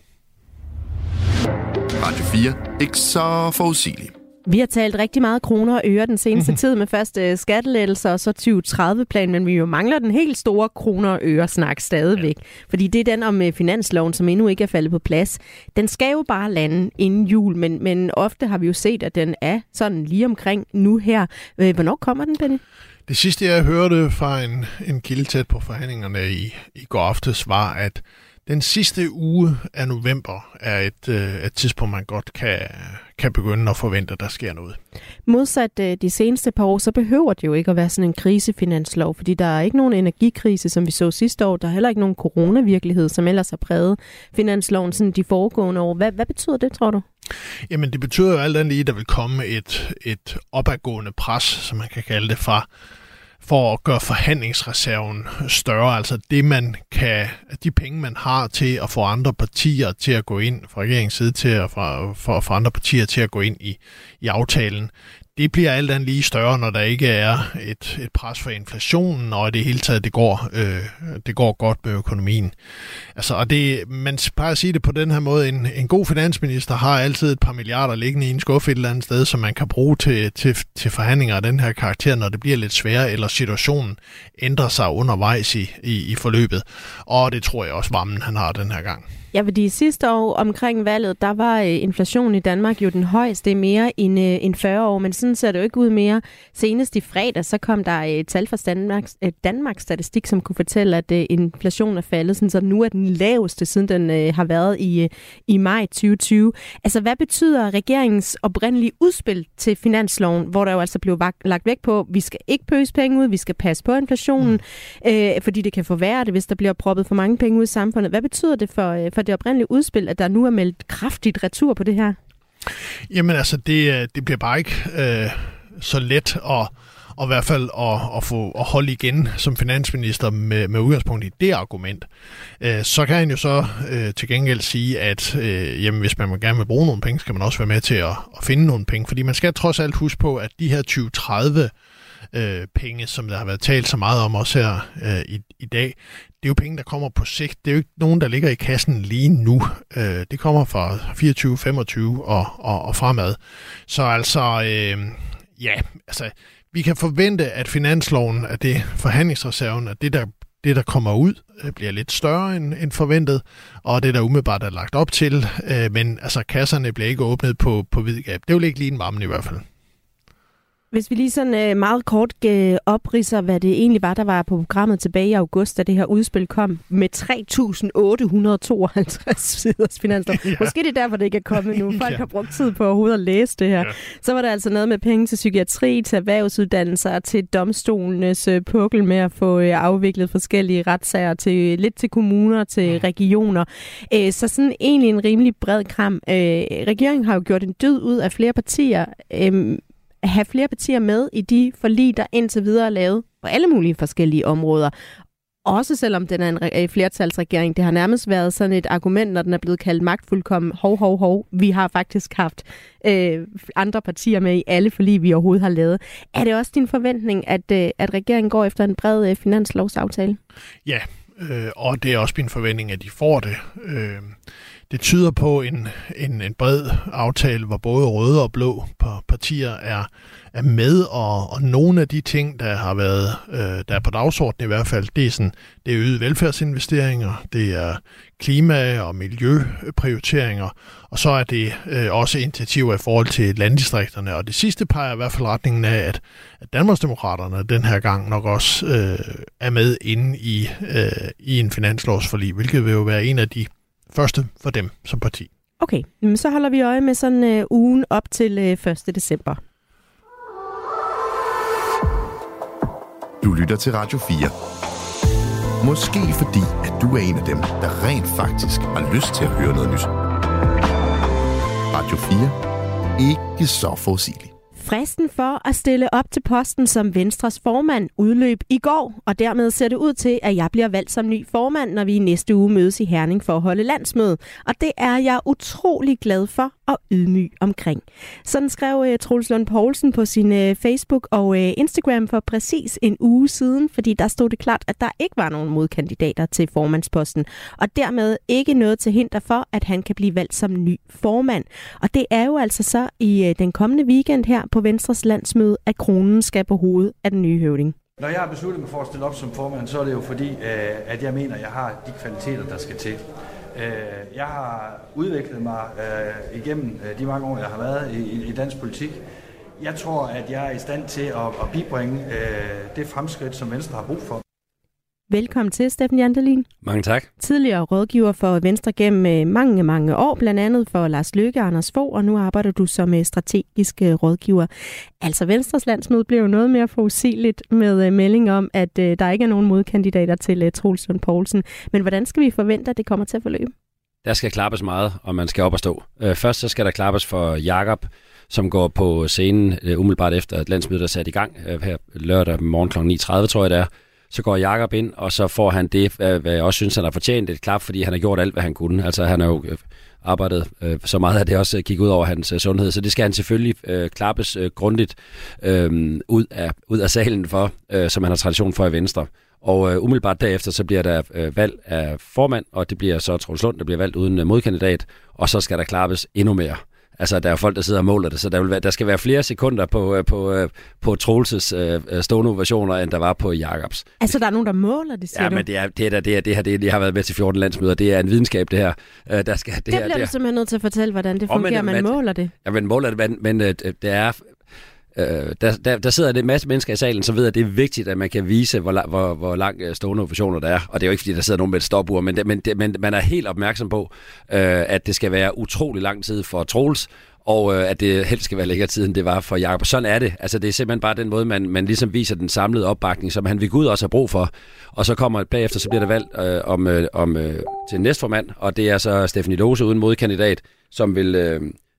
Radio fire. Ikke så forudsigeligt. Vi har talt rigtig meget kroner og øre den seneste mm-hmm. tid med først uh, skattelettelser og så tyve tredive-plan, men vi jo mangler den helt store kroner og øre-snak stadigvæk. Ja. Fordi det er den om uh, finansloven, som endnu ikke er faldet på plads. Den skal jo bare lande inden jul, men, men ofte har vi jo set, at den er sådan lige omkring nu her. Uh, hvornår kommer den, Benny? Det sidste, jeg hørte fra en, en kilde tæt på forhandlingerne i, i går aftes, var, at den sidste uge af november er et, øh, et tidspunkt, man godt kan, kan begynde at forvente, at der sker noget. Modsat øh, de seneste par år, så behøver det jo ikke at være sådan en krisefinanslov, fordi der er ikke nogen energikrise, som vi så sidste år. Der er heller ikke nogen coronavirkelighed, som ellers har præget finansloven sådan de foregående år. Hvad, hvad betyder det, tror du? Jamen, det betyder jo alt andet lige, at der vil komme et, et opadgående pres, som man kan kalde det, fra for at gøre forhandlingsreserven større, altså det man kan, de penge man har til at få andre partier til at gå ind, fra regeringens side til at for, for, for andre partier til at gå ind i, i aftalen, det bliver alt andet lige større, når der ikke er et, et pres for inflationen, og i det hele taget, det går, øh, det går godt med økonomien. Altså, og det, man plejer at sige det på den her måde, en, en god finansminister har altid et par milliarder liggende i en skuffe et eller andet sted, som man kan bruge til, til, til forhandlinger af den her karakter, når det bliver lidt sværere, eller situationen ændrer sig undervejs i, i, i forløbet. Og det tror jeg også, Vammen han har den her gang. Ja, fordi sidste år omkring valget, der var øh, inflationen i Danmark jo den højeste mere end, øh, end fyrre år, men sådan ser det jo ikke ud mere. Senest i fredag, så kom der et øh, tal fra Danmarks, øh, Danmarks Statistik, som kunne fortælle, at øh, inflationen er faldet, sådan, så nu er den laveste, siden den øh, har været i, øh, i maj tyve tyve. Altså, hvad betyder regeringens oprindelige udspil til finansloven, hvor der jo altså blev lagt vægt på, at vi skal ikke pøse penge ud, vi skal passe på inflationen, mm. øh, fordi det kan forværre det, hvis der bliver proppet for mange penge ud i samfundet. Hvad betyder det for, øh, for det oprindelige udspil, at der nu er meldt kraftigt retur på det her? Jamen altså, det, det bliver bare ikke øh, så let at, og i hvert fald at, at få at holde igen som finansminister med, med udgangspunkt i det argument. Øh, så kan han jo så øh, til gengæld sige, at øh, jamen, hvis man gerne vil bruge nogle penge, skal man også være med til at, at finde nogle penge. Fordi man skal trods alt huske på, at de her tyve tredive øh, penge, som der har været talt så meget om også her øh, i, i dag, det er jo penge, der kommer på sigt. Det er jo ikke nogen, der ligger i kassen lige nu. Øh, det kommer fra fireogtyve, femogtyve og, og, og fremad. Så altså, øh, ja, altså, vi kan forvente, at finansloven, at det forhandlingsreserven, at det, der, det, der kommer ud, øh, bliver lidt større end, end forventet, og det, der umiddelbart er lagt op til. Øh, men altså, kasserne bliver ikke åbnet på, på vid gab. Det er jo ikke lige en varmen i hvert fald. Hvis vi lige sådan øh, meget kort øh, opridser, hvad det egentlig var, der var på programmet tilbage i august, da det her udspil kom med tre tusind otte hundrede og tooghalvtreds siders finanslov. Ja. Måske det er derfor, det ikke er kommet nu. Folk ja. har brugt tid på overhovedet at læse det her. Ja. Så var der altså noget med penge til psykiatri, til erhvervsuddannelser, til domstolenes øh, pukkel med at få øh, afviklet forskellige retssager, til lidt til kommuner, til ja. regioner. Øh, så sådan egentlig en rimelig bred kram. Øh, regeringen har jo gjort en dyd ud af flere partier. Øh, have flere partier med i de forlig, der indtil videre er lavet på alle mulige forskellige områder. Også selvom den er en flertalsregering. Det har nærmest været sådan et argument, når den er blevet kaldt magtfuldkommen. Hov, hov, hov. Vi har faktisk haft øh, andre partier med i alle forlig, vi overhovedet har lavet. Er det også din forventning, at, øh, at regeringen går efter en bred øh, finanslovsaftale? Ja, øh, og det er også min forventning, at de får det. Øh, Det tyder på en, en, en bred aftale, hvor både røde og blå partier er, er med, og, og nogle af de ting, der har været øh, der er på dagsordenen i hvert fald, det er, sådan, det er øget velfærdsinvesteringer, det er klima- og miljøprioriteringer, og så er det øh, også initiativer i forhold til landdistrikterne. Og det sidste peger i hvert fald retningen af, at, at Danmarksdemokraterne den her gang nok også øh, er med inde i, øh, i en finanslovsforlig, hvilket vil jo være en af de første for dem som parti. Okay, så holder vi øje med sådan øh, ugen op til øh, første december. Du lytter til Radio fire. Måske fordi, at du er en af dem, der rent faktisk har lyst til at høre noget nyt. Radio fire. Ikke så forudsigeligt. Fristen for at stille op til posten som Venstres formand udløb i går, og dermed ser det ud til, at jeg bliver valgt som ny formand, når vi i næste uge mødes i Herning for at holde landsmøde. Og det er jeg utrolig glad for og ydmyg omkring. Sådan skrev uh, Troels Lund Poulsen på sin uh, Facebook og uh, Instagram for præcis en uge siden, fordi der stod det klart, at der ikke var nogen modkandidater til formandsposten, og dermed ikke noget til hinder for, at han kan blive valgt som ny formand. Og det er jo altså så i uh, den kommende weekend her på Venstres landsmøde, at kronen skal på hovedet af den nye høvding. Når jeg har besluttet mig for at stille op som formand, så er det jo fordi, at jeg mener, at jeg har de kvaliteter, der skal til. Jeg har udviklet mig igennem de mange år, jeg har været i dansk politik. Jeg tror, at jeg er i stand til at bibringe det fremskridt, som Venstre har brug for. Velkommen til, Steffen Jandelin. Mange tak. Tidligere rådgiver for Venstre gennem mange, mange år, blandt andet for Lars Løkke og Anders Fogh, og nu arbejder du som strategisk rådgiver. Altså, Venstres landsmøde blev jo noget mere forudsigeligt med melding om, at der ikke er nogen modkandidater til Troels Lund Poulsen. Men hvordan skal vi forvente, at det kommer til at forløbe? Der skal klappes meget, og man skal op og stå. Først så skal der klappes for Jakob, som går på scenen umiddelbart efter, at landsmødet er sat i gang her lørdag morgen klokken ni tredive, tror jeg det er. Så går Jakob ind, og så får han det, hvad jeg også synes, han har fortjent et klap, fordi han har gjort alt, hvad han kunne. Altså, han har jo arbejdet øh, så meget, at det også gik ud over hans øh, sundhed. Så det skal han selvfølgelig øh, klappes øh, grundigt øh, ud, af, ud af salen for, øh, som han har tradition for i Venstre. Og øh, umiddelbart derefter, så bliver der øh, valg af formand, og det bliver så Troels Lund, der bliver valgt uden øh, modkandidat, og så skal der klappes endnu mere. Altså, der er folk, der sidder og måler det, så der, vil være, der skal være flere sekunder på, på, på Troelses øh, stående ovationer, end der var på Jakobs. Altså, der er nogen, der måler det, siger ja, du? Ja, men det er det, er, det, er, det her, det er, jeg har været med til fjorten landsmøder, det er en videnskab, det her. Øh, der skal, det, det her, bliver det du simpelthen nødt til at fortælle, hvordan det fungerer, man, man måler det. Ja, man måler det, men, men øh, det er... Øh, der, der, der sidder en masse mennesker i salen, som ved, at det er vigtigt, at man kan vise, hvor, hvor, hvor lang stående ovationer der er. Og det er jo ikke, fordi der sidder nogen med et stopur, men, det, men, det, men man er helt opmærksom på, øh, at det skal være utrolig lang tid for Troels, og øh, at det helst skal være længere tid, end det var for Jakob. Sådan er det. Altså, det er simpelthen bare den måde, man, man ligesom viser den samlede opbakning, som han ved Gud også har brug for. Og så kommer bagefter, så bliver der valgt øh, om, øh, om, øh, til næstformand, og det er så Stephanie Lose uden modkandidat, som vil... Øh,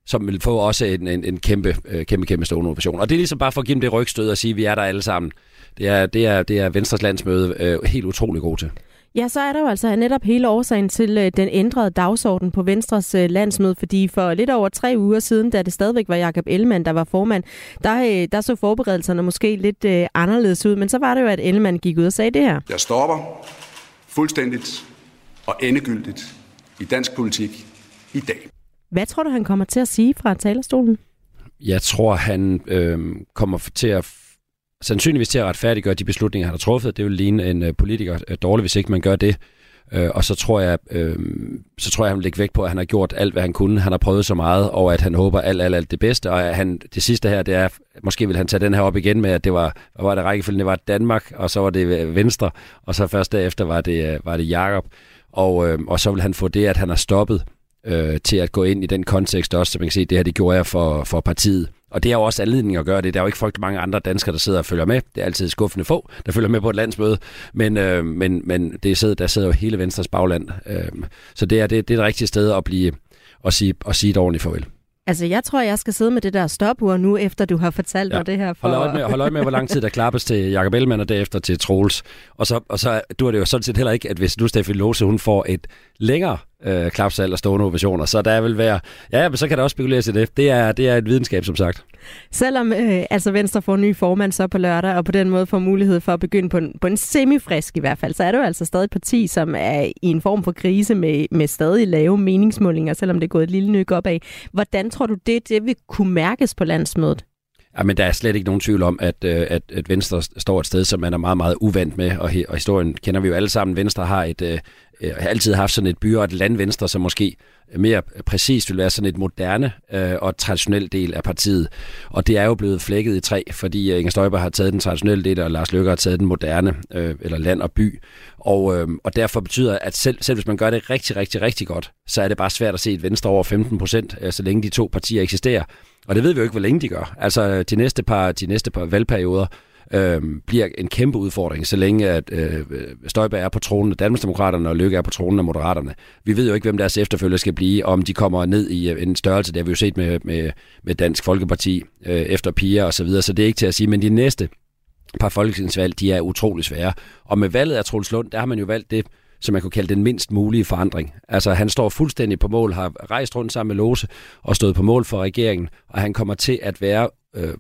som vil få også en, en, en kæmpe, kæmpe, kæmpe stående ovation. Og det er ligesom bare for at give dem det rygstød og sige, at vi er der alle sammen. Det er, det er, det er Venstres landsmøde øh, helt utrolig god til. Ja, så er der jo altså netop hele årsagen til øh, den ændrede dagsorden på Venstres øh, landsmøde, fordi for lidt over tre uger siden, da det stadigvæk var Jakob Ellemann, der var formand, der, øh, der så forberedelserne måske lidt øh, anderledes ud, men så var det jo, at Ellemann gik ud og sagde det her. Jeg stopper fuldstændigt og endegyldigt i dansk politik i dag. Hvad tror du, han kommer til at sige fra talerstolen? Jeg tror, han øh, kommer til at sandsynligvis til at retfærdiggøre de beslutninger, han har truffet. Det vil ligne en uh, politiker uh, dårligt, hvis ikke man gør det. Uh, og så tror jeg, uh, så tror jeg, han vil lægge vægt på, at han har gjort alt, hvad han kunne. Han har prøvet så meget, og at han håber alt, alt, alt det bedste. Og han, det sidste her, det er, måske vil han tage den her op igen med, at det var, hvad var det rækkefølgen? Det var Danmark, og så var det Venstre, og så først derefter var det, uh, var det Jakob. Og, uh, og så vil han få det, at han har stoppet uh, til at gå ind i den kontekst også, så man kan se, det her, det gjorde jeg for, for partiet. Og det er jo også anledning at gøre det. Der er jo ikke frygtelig mange andre danskere, der sidder og følger med. Det er altid skuffende få, der følger med på et landsmøde. Men, øh, men, men det sidder, der sidder jo hele Venstres bagland. Øh, så det er det, det er det rigtige sted at, blive, at, sige, at sige et ordentligt farvel. Altså, jeg tror, jeg skal sidde med det der stopur nu, efter du har fortalt mig ja. det her. For... Hold øje med, hold øje med, hvor lang tid der klappes til Jakob Ellemann, og derefter til Troels. Og så, og så du er det jo sådan set heller ikke, at hvis nu Steffi Lose, hun får et længere øh, klapsal og stående ovationer, så der vil være... Ja, men så kan der også spekuleres i det. Det er, det er et videnskab, som sagt. Selvom øh, altså Venstre får en ny formand så på lørdag, og på den måde får mulighed for at begynde på en, på en semifrisk i hvert fald, så er det jo altså stadig et parti, som er i en form for krise med, med stadig lave meningsmålinger, selvom det er gået et lille nyk opad. Hvordan tror du, det, det vil kunne mærkes på landsmødet? Ja, men der er slet ikke nogen tvivl om, at, at, at Venstre står et sted, som man er meget, meget uvant med, og, og historien kender vi jo alle sammen. Venstre har et, øh, har altid haft sådan et by- og et landvenstre, som måske mere præcist vil være sådan et moderne øh, og traditionelt del af partiet. Og det er jo blevet flækket i tre, fordi Inger Støjberg har taget den traditionelle del, og Lars Løkke har taget den moderne, øh, eller land og by. Og, øh, og derfor betyder, at selv, selv hvis man gør det rigtig, rigtig, rigtig godt, så er det bare svært at se et Venstre over femten procent, øh, så længe de to partier eksisterer. Og det ved vi jo ikke, hvor længe de gør. Altså de næste par, de næste par valgperioder øh, bliver en kæmpe udfordring, så længe at øh, Støjberg er på tronen af Danmarksdemokraterne og Løkke er på tronen af Moderaterne. Vi ved jo ikke, hvem deres efterfølger skal blive, om de kommer ned i en størrelse. Det har vi jo set med, med, med Dansk Folkeparti øh, efter piger og så videre, så det er ikke til at sige. Men de næste par folketingsvalg, de er utrolig svære. Og med valget af Troels Lund, der har man jo valgt det, som man kunne kalde den mindst mulige forandring. Altså han står fuldstændig på mål, har rejst rundt sammen med Lose og stået på mål for regeringen, og han kommer til at være øh,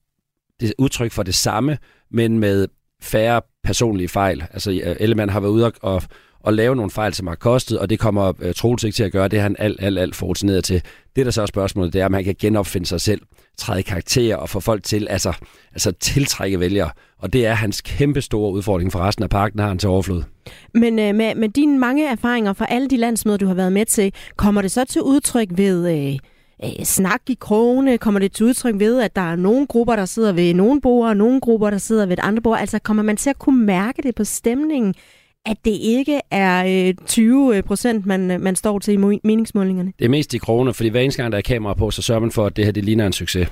det udtryk for det samme, men med færre personlige fejl. Altså Ellemann har været ude og, og, og lave nogle fejl, som har kostet, og det kommer øh, Troels ikke til at gøre. Det er han alt, alt, alt for rutineret til. Det, der så er spørgsmålet, det er, om han kan genopfinde sig selv, træde karakterer og få folk til, altså, altså tiltrække vælgere. Og det er hans kæmpe store udfordring for resten af parken, har han til overflod. Men øh, med, med dine mange erfaringer fra alle de landsmøder, du har været med til, kommer det så til udtryk ved øh, øh, snak i krogene? Kommer det til udtryk ved, at der er nogle grupper, der sidder ved nogle bord, og nogle grupper, der sidder ved et andet bord? Altså kommer man til at kunne mærke det på stemningen, at det ikke er øh, tyve procent, man, man står til i meningsmålingerne? Det er mest i kroner, fordi hver eneste gang, der er kamera på, så sørger man for, at det her det ligner en succes.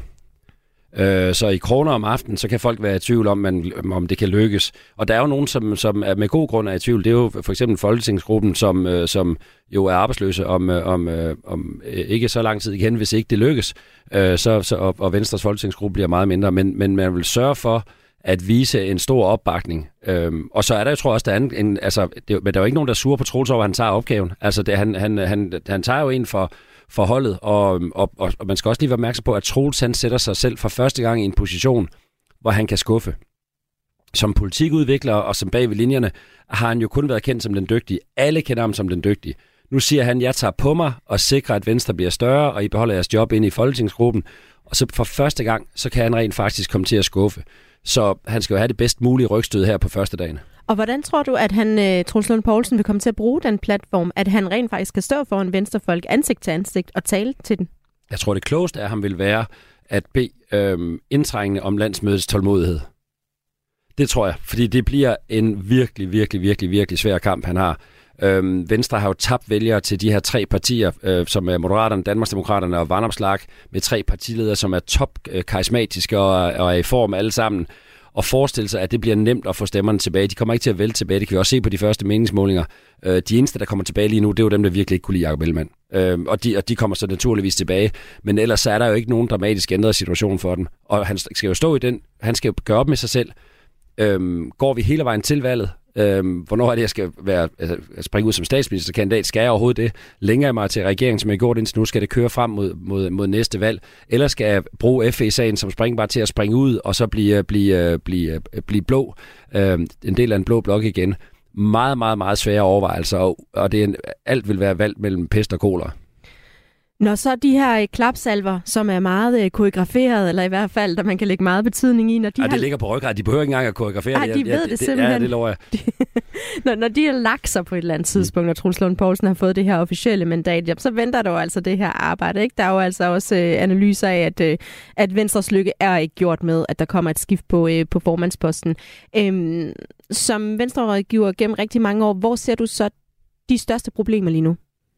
Øh, så i kroner om aftenen, så kan folk være i tvivl om, man, om det kan lykkes. Og der er jo nogen, som, som er med god grund er i tvivl. Det er jo for eksempel Folketingsgruppen, som, øh, som jo er arbejdsløse om, øh, om, øh, om øh, ikke så lang tid igen, hvis ikke det lykkes. Øh, så, så, og, og Venstres Folketingsgruppe bliver meget mindre. Men, men man vil sørge for at vise en stor opbakning. Øhm, og så er der jo, tror jeg også, der er en, en altså, det, men der er jo ikke nogen, der er sure på Troels over, at han tager opgaven. Altså, det, han, han, han, han tager jo en for, for holdet, og, og, og, og man skal også lige være opmærksom på, at Troels, han sætter sig selv for første gang i en position, hvor han kan skuffe. Som politikudvikler og som bag ved linjerne, har han jo kun været kendt som den dygtige. Alle kender ham som den dygtige. Nu siger han, jeg tager på mig og sikrer, at Venstre bliver større, og I beholder jeres job inde i Folketingsgruppen. Og så for første gang, så kan han rent faktisk komme til at skuffe. Så han skal jo have det bedst mulige rygstød her på første dagen. Og hvordan tror du, at han, Troels Lund Poulsen, vil komme til at bruge den platform, at han rent faktisk skal stå foran venstrefolk ansigt til ansigt og tale til den? Jeg tror, det klogeste af ham vil være at bede øhm, indtrængende om landsmødets tålmodighed. Det tror jeg, fordi det bliver en virkelig, virkelig, virkelig, virkelig svær kamp, han har. Øhm, Venstre har jo tabt vælgere til de her tre partier, øh, som er Moderaterne, Danmarksdemokraterne og Vanopslagh, med tre partiledere, som er top øh, karismatiske og, og er i form alle sammen. og forestille sig, at det bliver nemt at få stemmerne tilbage. De kommer ikke til at vælge tilbage. Det kan vi også se på de første meningsmålinger. Øh, de eneste, der kommer tilbage lige nu, det er jo dem, der virkelig ikke kunne lide Jakob Ellemann. Øh, og, de, og de kommer så naturligvis tilbage. Men ellers så er der jo ikke nogen dramatisk ændret situation for dem. Og han skal jo stå i den. Han skal jo gøre op med sig selv. Øh, går vi hele vejen til valget? Øhm, hvornår er det, jeg skal være, altså, springe ud som statsministerkandidat? Skal jeg overhovedet det? Længere mig til regeringen, som jeg gjort indtil nu, skal det køre frem mod, mod, mod næste valg? Eller skal jeg bruge F E-sagen som springbræt til at springe ud, og så blive, blive, blive, blive blå, øhm, en del af en blå blok igen? Meget, meget, meget svære overvejelser, og, og det er en, alt vil være valgt mellem pest og kolera. Når så de her klapsalver, som er meget øh, koreograferet, eller i hvert fald, der man kan lægge meget betydning i, når de Ej, har... det ligger på ryggrad. De behøver ikke engang at koreografere Ej, det. de ved ja, det, det simpelthen. Ja, det lover jeg. når, når de har lagt sig på et eller andet tidspunkt, når Troels Lund Poulsen har fået det her officielle mandat, jamen, så venter der jo altså det her arbejde. Ikke? Der er jo altså også øh, analyser af, at, øh, at Venstres lykke er ikke gjort med, at der kommer et skift på, øh, på formandsposten. Øhm, som Venstre-rådgiver gennem rigtig mange år, hvor ser du så de største problemer lige nu?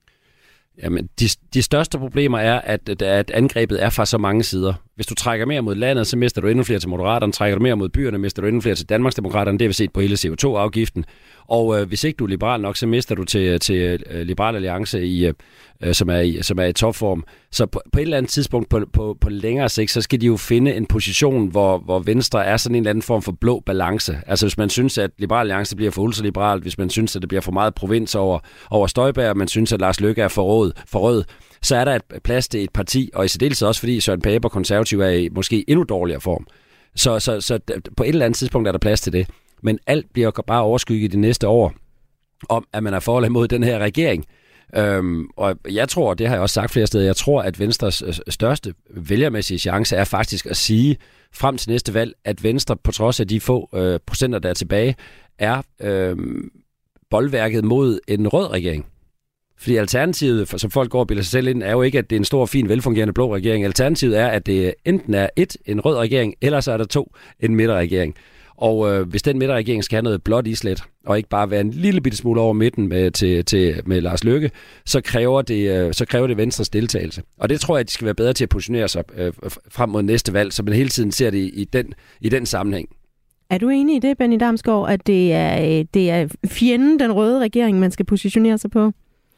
Jamen, de, de største problemer er, at, at angrebet er fra så mange sider. Hvis du trækker mere mod landet, så mister du endnu flere til Moderaterne. Trækker du mere mod byerne, mister du endnu flere til Danmarksdemokraterne. Det har vi set på hele C O to afgiften. Og øh, hvis ikke du er liberal nok, så mister du til, til uh, Liberal Alliance, i, uh, som, er i, som er i topform. Så på, på et eller andet tidspunkt, på, på, på længere sigt, så skal de jo finde en position, hvor, hvor Venstre er sådan en eller anden form for blå balance. Altså hvis man synes, at Liberal Alliance bliver for ultraliberalt, hvis man synes, at det bliver for meget provins over, over Støjberg, og man synes, at Lars Løkke er for rød, for rød, så er der et plads til et parti, og i særdeleshed også fordi Søren Pape og Konservativ er i måske endnu dårligere form. Så, så, så på et eller andet tidspunkt er der plads til det. Men alt bliver bare overskygget de næste år, om at man er for eller imod den her regering. Øhm, og jeg tror, det har jeg også sagt flere steder, jeg tror, at Venstres største vælgermæssige chance er faktisk at sige frem til næste valg, at Venstre, på trods af de få øh, procenter, der er tilbage, er øh, boldværket mod en rød regering. Fordi alternativet, som folk går og bilder sig selv ind, er jo ikke, at det er en stor, fin, velfungerende blå regering. Alternativet er, at det enten er et, en rød regering, eller så er der to, en midterregering. Og øh, hvis den midterregering skal have noget blåt islet, og ikke bare være en lille bitte smule over midten med, til, til, med Lars Løkke, så kræver, det, øh, så kræver det Venstres deltagelse. Og det tror jeg, at de skal være bedre til at positionere sig øh, frem mod næste valg, så man hele tiden ser det i, i, den, i den sammenhæng. Er du enig i det, Benny Damsgaard, at det er, det er fjenden, den røde regering, man skal positionere sig på?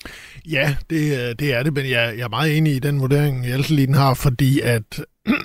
Ja, det, det er det, men jeg, jeg er meget enig i den vurdering, Hjaltelin har, fordi at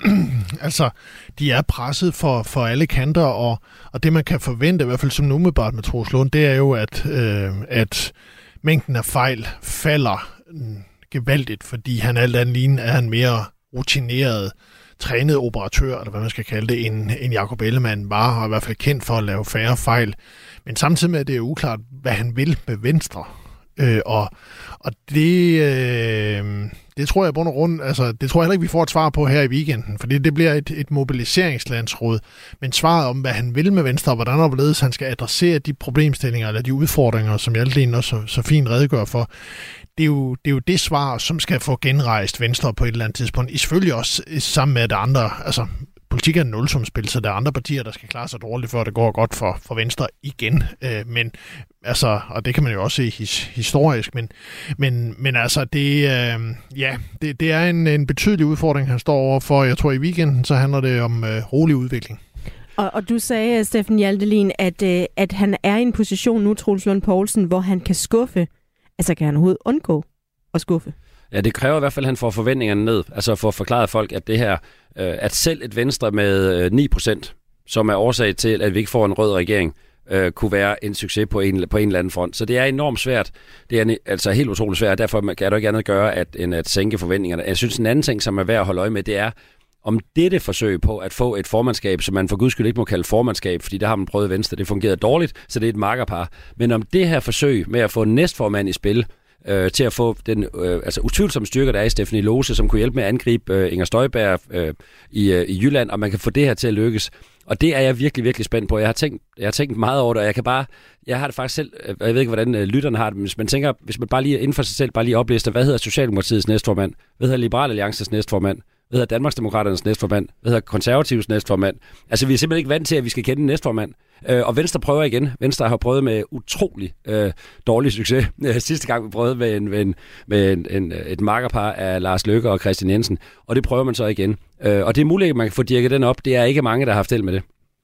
altså, de er presset for, for alle kanter, og, og det man kan forvente, i hvert fald som umiddelbart med Troels Lund, det er jo, at, øh, at mængden af fejl falder mm, gevaldigt, fordi han alt andet lige er en mere rutineret, trænet operatør, eller hvad man skal kalde det, end, end Jakob Ellemann var, og i hvert fald kendt for at lave færre fejl. Men samtidig med, at det er uklart, hvad han vil med Venstre. Øh, og, og det, øh, det tror jeg på grund rundt, altså det tror jeg heller ikke, vi får et svar på her i weekenden, for det, det bliver et, et mobiliseringslandsråd. Men svaret om, hvad han vil med Venstre, og hvordan og hvorledes han skal adressere de problemstillinger eller de udfordringer, som Hjaltelin også så, så fint redegør for, det er, jo, det er jo det svar, som skal få genrejst Venstre på et eller andet tidspunkt. I selvfølgelig også sammen med, at andre, altså politik er en nulsumspil, så der er andre partier, der skal klare sig dårligt, før det går godt for, for Venstre igen. Øh, men altså, og det kan man jo også se his, historisk, men, men, men altså, det, øh, ja, det, det er en, en betydelig udfordring, han står overfor. Jeg tror, i weekenden, så handler det om øh, rolig udvikling. Og, og du sagde, Steffen Hjaltelin, at, øh, at han er i en position nu, Troels Lund Poulsen, hvor han kan skuffe. Altså, kan han overhovedet undgå at skuffe? Ja, det kræver i hvert fald, at han får forventningerne ned. Altså for at forklare folk, at det her, øh, at selv et Venstre med øh, ni procent, som er årsag til, at vi ikke får en rød regering, øh, kunne være en succes på en, på en eller anden front. Så det er enormt svært. Det er altså helt utroligt svært, derfor kan der ikke andet gøre, at, end at sænke forventningerne. Jeg synes, en anden ting, som er værd at holde øje med, det er, om dette forsøg på at få et formandskab, som man for guds skyld ikke må kalde formandskab, fordi der har man prøvet i Venstre, det fungerede dårligt, så det er et makkerpar. Men om det her forsøg med at få en næstformand i spil, Øh, til at få den øh, altså utvivlsomme styrker, der er i Stephanie Lose, som kunne hjælpe med at angribe øh, Inger Støjberg øh, i, øh, i Jylland, og man kan få det her til at lykkes. Og det er jeg virkelig, virkelig spændt på. Jeg har tænkt, jeg har tænkt meget over det, og jeg kan bare, jeg har det faktisk selv, jeg ved ikke, hvordan øh, lytterne har det, men hvis man tænker, hvis man bare lige inden for sig selv bare lige oplister, hvad hedder Socialdemokratiets næstformand? Hvad hedder Liberal Alliances næstformand? Hvad hedder Danmarksdemokraternes næstformand? Hvad hedder Konservatives næstformand? Altså, vi er simpelthen ikke vant til, at vi skal kende en næstformand. Øh, og Venstre prøver igen. Venstre har prøvet med utrolig øh, dårlig succes. Sidste gang vi prøvede med, en, med, en, med en, en, et makkerpar af Lars Løkke og Christian Jensen. Og det prøver man så igen. Øh, og det er muligt, at man kan få dirket den op. Det er ikke mange, der har haft held med det.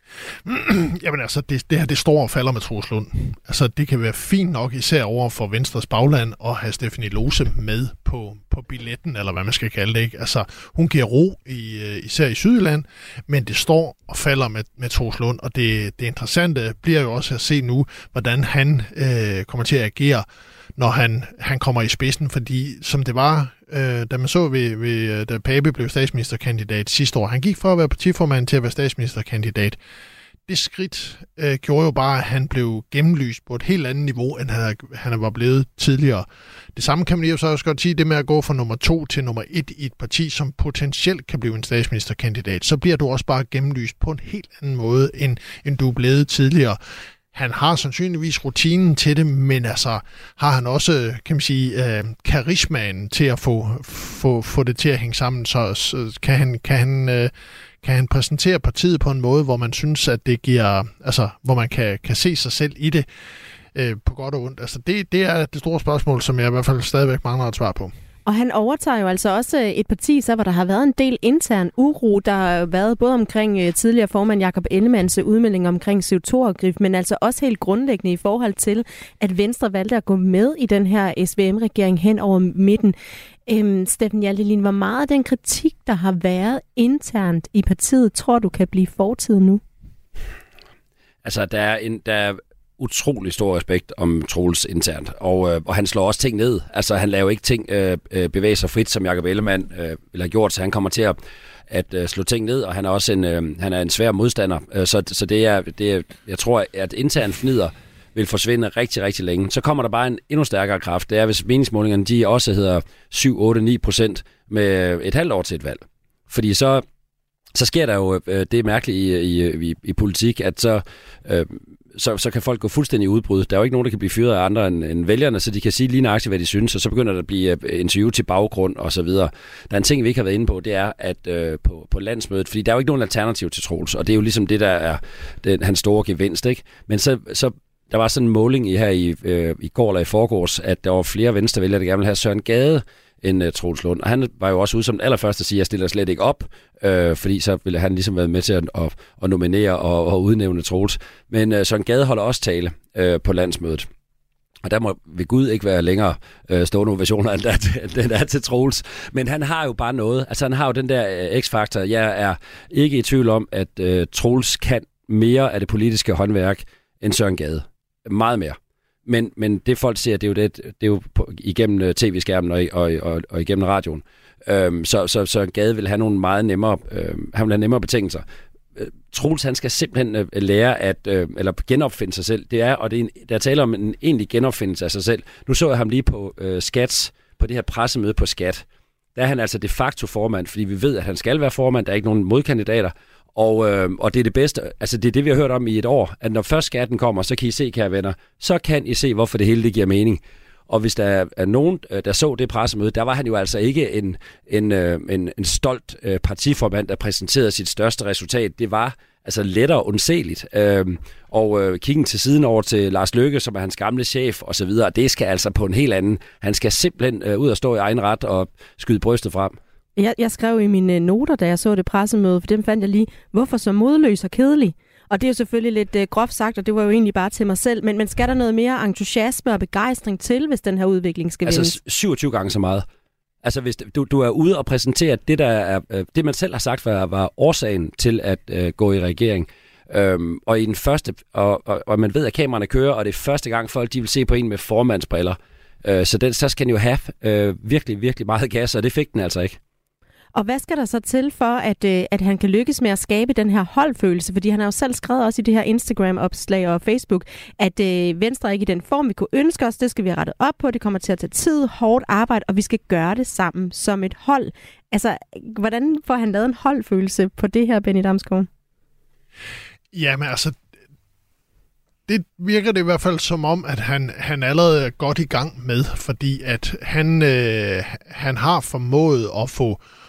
Jamen altså, det, det her, det står og falder med Troels Lund. Altså, det kan være fint nok, især over for Venstres bagland, at have Stephanie Lose med på, på billetten, eller hvad man skal kalde det, ikke? Altså, hun giver ro, i, især i Sydjylland, men det står og falder med, med Troels Lund, og det, det interessante bliver jo også at se nu, hvordan han øh, kommer til at agere, når han, han kommer i spidsen, fordi som det var, øh, da man så, ved, ved, da Pape blev statsministerkandidat sidste år, han gik fra at være partiformand til at være statsministerkandidat. Det skridt øh, gjorde jo bare, at han blev gennemlyst på et helt andet niveau, end han, han var blevet tidligere. Det samme kan man jo så også godt sige, det med at gå fra nummer to til nummer et i et parti, som potentielt kan blive en statsministerkandidat, så bliver du også bare gennemlyst på en helt anden måde, end, end du er blevet tidligere. Han har sandsynligvis rutinen til det, men altså har han også, kan man sige, øh, karismaen til at få, få, få det til at hænge sammen, så, så kan han, kan han, øh, kan han præsentere partiet på en måde, hvor man synes, at det giver, altså hvor man kan, kan se sig selv i det øh, på godt og ondt. Altså det, det er det store spørgsmål, som jeg i hvert fald stadigvæk mangler et svar på. Og han overtager jo altså også et parti, så hvor der har været en del intern uro. Der har været både omkring tidligere formand Jakob Ellemanns udmelding omkring C O to afgift, men altså også helt grundlæggende i forhold til, at Venstre valgte at gå med i den her S V M-regering hen over midten. Øhm, Steffen Hjaltelin, hvor meget af den kritik, der har været internt i partiet, tror du kan blive fortid nu? Altså, der er en... Der er utrolig stor respekt om Troels internt, og, øh, og han slår også ting ned. Altså, han laver ikke ting øh, bevæge sig frit, som Jakob Ellemann øh, ville have gjort, så han kommer til at, at øh, slå ting ned, og han er også en, øh, han er en svær modstander. Øh, så så det, er, det er, jeg tror, at internt fnider vil forsvinde rigtig, rigtig længe. Så kommer der bare en endnu stærkere kraft. Det er, hvis meningsmålingerne de også hedder syv, otte, ni procent med et halvt år til et valg. Fordi så, så sker der jo øh, det mærkelige i, i, i, i politik, at så... Øh, Så, så kan folk gå fuldstændig i udbrud. Der er jo ikke nogen, der kan blive fyret af andre end, end vælgerne, så de kan sige lige nøjagtigt, hvad de synes, og så begynder der at blive interview til baggrund og så videre. Der er en ting, vi ikke har været inde på, det er, at øh, på, på landsmødet, fordi der er jo ikke nogen alternativ til Troels, og det er jo ligesom det, der er det, hans store gevinst, ikke? Men så, så der var sådan en måling i her i, øh, i går eller i forgårs, at der var flere venstrevælgere, der gerne ville have Søren Gade end uh, Troels Lund. Og han var jo også ude som den allerførste at sige, at jeg stiller slet ikke op, øh, fordi så ville han ligesom være med til at, at, at nominere og, og udnævne Troels. Men uh, Søren Gade holder også tale øh, på landsmødet. Og der må ved Gud ikke være længere øh, stående ovationer, end den er til Troels. Men han har jo bare noget. Altså han har jo den der øh, x-faktor. Jeg er ikke i tvivl om, at øh, Troels kan mere af det politiske håndværk end Søren Gade. Meget mere. Men, men det folk ser, det er jo, det, det er jo på, igennem tv-skærmen og, og, og, og igennem radioen. Øhm, så, så, så Gade vil have nogle meget nemmere, øhm, han vil have nemmere betingelser. Øh, Troels, han skal simpelthen øh, lære at, øh, eller genopfinde sig selv. Det er, og det er en, der taler om en egentlig genopfindelse af sig selv. Nu så jeg ham lige på øh, Skats, på det her pressemøde på Skat. Der er han altså de facto formand, fordi vi ved, at han skal være formand. Der er ikke nogen modkandidater. Og, øh, og det er det bedste, altså det er det, vi har hørt om i et år, at når først skatten kommer, så kan I se, kære venner, så kan I se, hvorfor det hele det giver mening. Og hvis der er nogen, der så det pressemøde, der var han jo altså ikke en, en, en, en stolt partiformand, der præsenterede sit største resultat. Det var altså lettere undseligt. Øhm, og øh, kiggen til siden over til Lars Løkke, som er hans gamle chef og så videre, det skal altså på en helt anden. Han skal simpelthen øh, ud og stå i egen ret og skyde brystet frem. Jeg, jeg skrev i mine noter, da jeg så det pressemøde, for dem fandt jeg lige, hvorfor så modløs og kedelig? Og det er jo selvfølgelig lidt øh, groft sagt, og det var jo egentlig bare til mig selv, men, men skal der noget mere entusiasme og begejstring til, hvis den her udvikling skal vendes? Altså syvogtyve gange så meget. Altså hvis du, du er ude og præsentere det, der er, øh, det man selv har sagt var, var årsagen til at øh, gå i regering. Øhm, og i den første, og, og, og man ved, at kameraerne kører, og det er første gang folk, de vil se på en med formandsbriller. Øh, så, den, så skal den jo have øh, virkelig, virkelig meget gas, og det fik den altså ikke. Og hvad skal der så til for, at, øh, at han kan lykkes med at skabe den her holdfølelse? Fordi han har jo selv skrevet også i det her Instagram-opslag og Facebook, at øh, Venstre er ikke i den form, vi kunne ønske os. Det skal vi have rettet op på. Det kommer til at tage tid, hårdt arbejde, og vi skal gøre det sammen som et hold. Altså, hvordan får han lavet en holdfølelse på det her, Benny Damsgaard? Jamen altså, det virker det i hvert fald som om, at han, han allerede er godt i gang med, fordi at han, øh, han har formået at få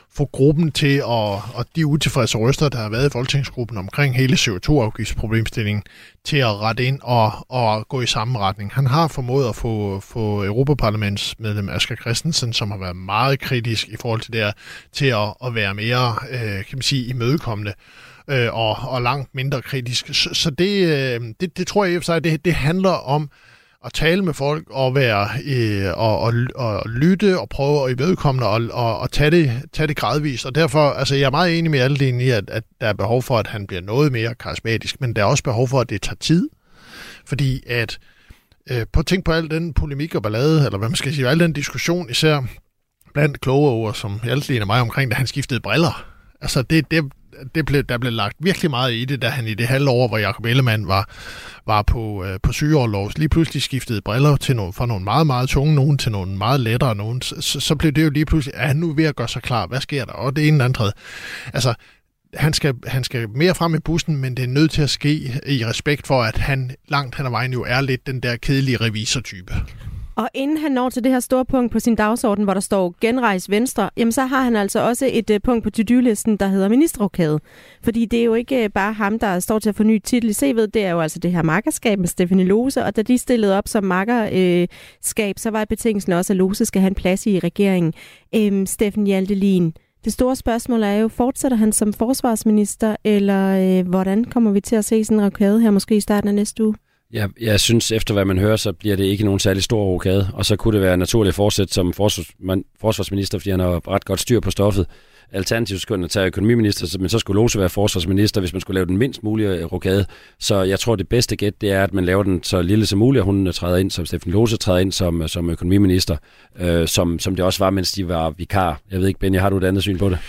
få gruppen til at, og de utilfredse røster, der har været i folketingsgruppen omkring hele C O to afgiftsproblemstillingen, til at rette ind og, og gå i samme retning. Han har formået at få, få Europaparlamentsmedlem Asger Christensen, som har været meget kritisk i forhold til det her, til at, at være mere, øh, kan man sige, imødekommende øh, og, og langt mindre kritisk. Så, så det, øh, det, det tror jeg i og for sig, det, det handler om at tale med folk og være øh, og, og, og lytte og prøve at imødekomme og, og, og tage, det, tage det gradvist. Og derfor, altså jeg er meget enig med Aldin i, at, at der er behov for, at han bliver noget mere karismatisk, men der er også behov for, at det tager tid. Fordi at, øh, på at tænke på al den polemik og ballade, eller hvad man skal sige, al den diskussion, især blandt kloge ord, som Aldin og mig omkring, da han skiftede briller. Altså det, det Det blev, der blev lagt virkelig meget i det, da han i det halve år, hvor Jakob Ellemann var, var på, øh, på sygeårlov, lige pludselig skiftede briller til nogle, fra nogle meget, meget tunge nogen til nogle meget lettere nogen. Så, så blev det jo lige pludselig, er han nu ved at gøre sig klar? Hvad sker der? Og det ene eller andet. Altså, han skal, han skal mere frem i bussen, men det er nødt til at ske i respekt for, at han langt hen ad vejen jo er lidt den der kedelige revisortype. Og inden han når til det her store punkt på sin dagsorden, hvor der står genrejs Venstre, jamen så har han altså også et uh, punkt på to-do-listen, der hedder ministerrokade. Fordi det er jo ikke uh, bare ham, der står til at få ny titel i C V'et, det er jo altså det her makkerskab med Stephanie Lose, og da de stillede op som makkerskab, uh, så var betingelsen også, at Lose skal have en plads i regeringen. Um, Steffen Hjaltelin, det store spørgsmål er jo, fortsætter han som forsvarsminister, eller uh, hvordan kommer vi til at se sådan en rokade her måske i starten af næste uge? Ja, jeg synes, efter hvad man hører, så bliver det ikke nogen særlig stor rokade, og så kunne det være naturligt at fortsætte som forsvarsman, forsvarsminister, fordi han har ret godt styr på stoffet. Alternativt skulle han tage økonomiminister, men så skulle Lose være forsvarsminister, hvis man skulle lave den mindst mulige rokade. Så jeg tror, det bedste gæt, det er, at man laver den så lille som muligt, og hun træder ind som Steffen Lose, træder ind som, som økonomiminister, øh, som, som det også var, mens de var vikar. Jeg ved ikke, Benny, har du et andet syn på det?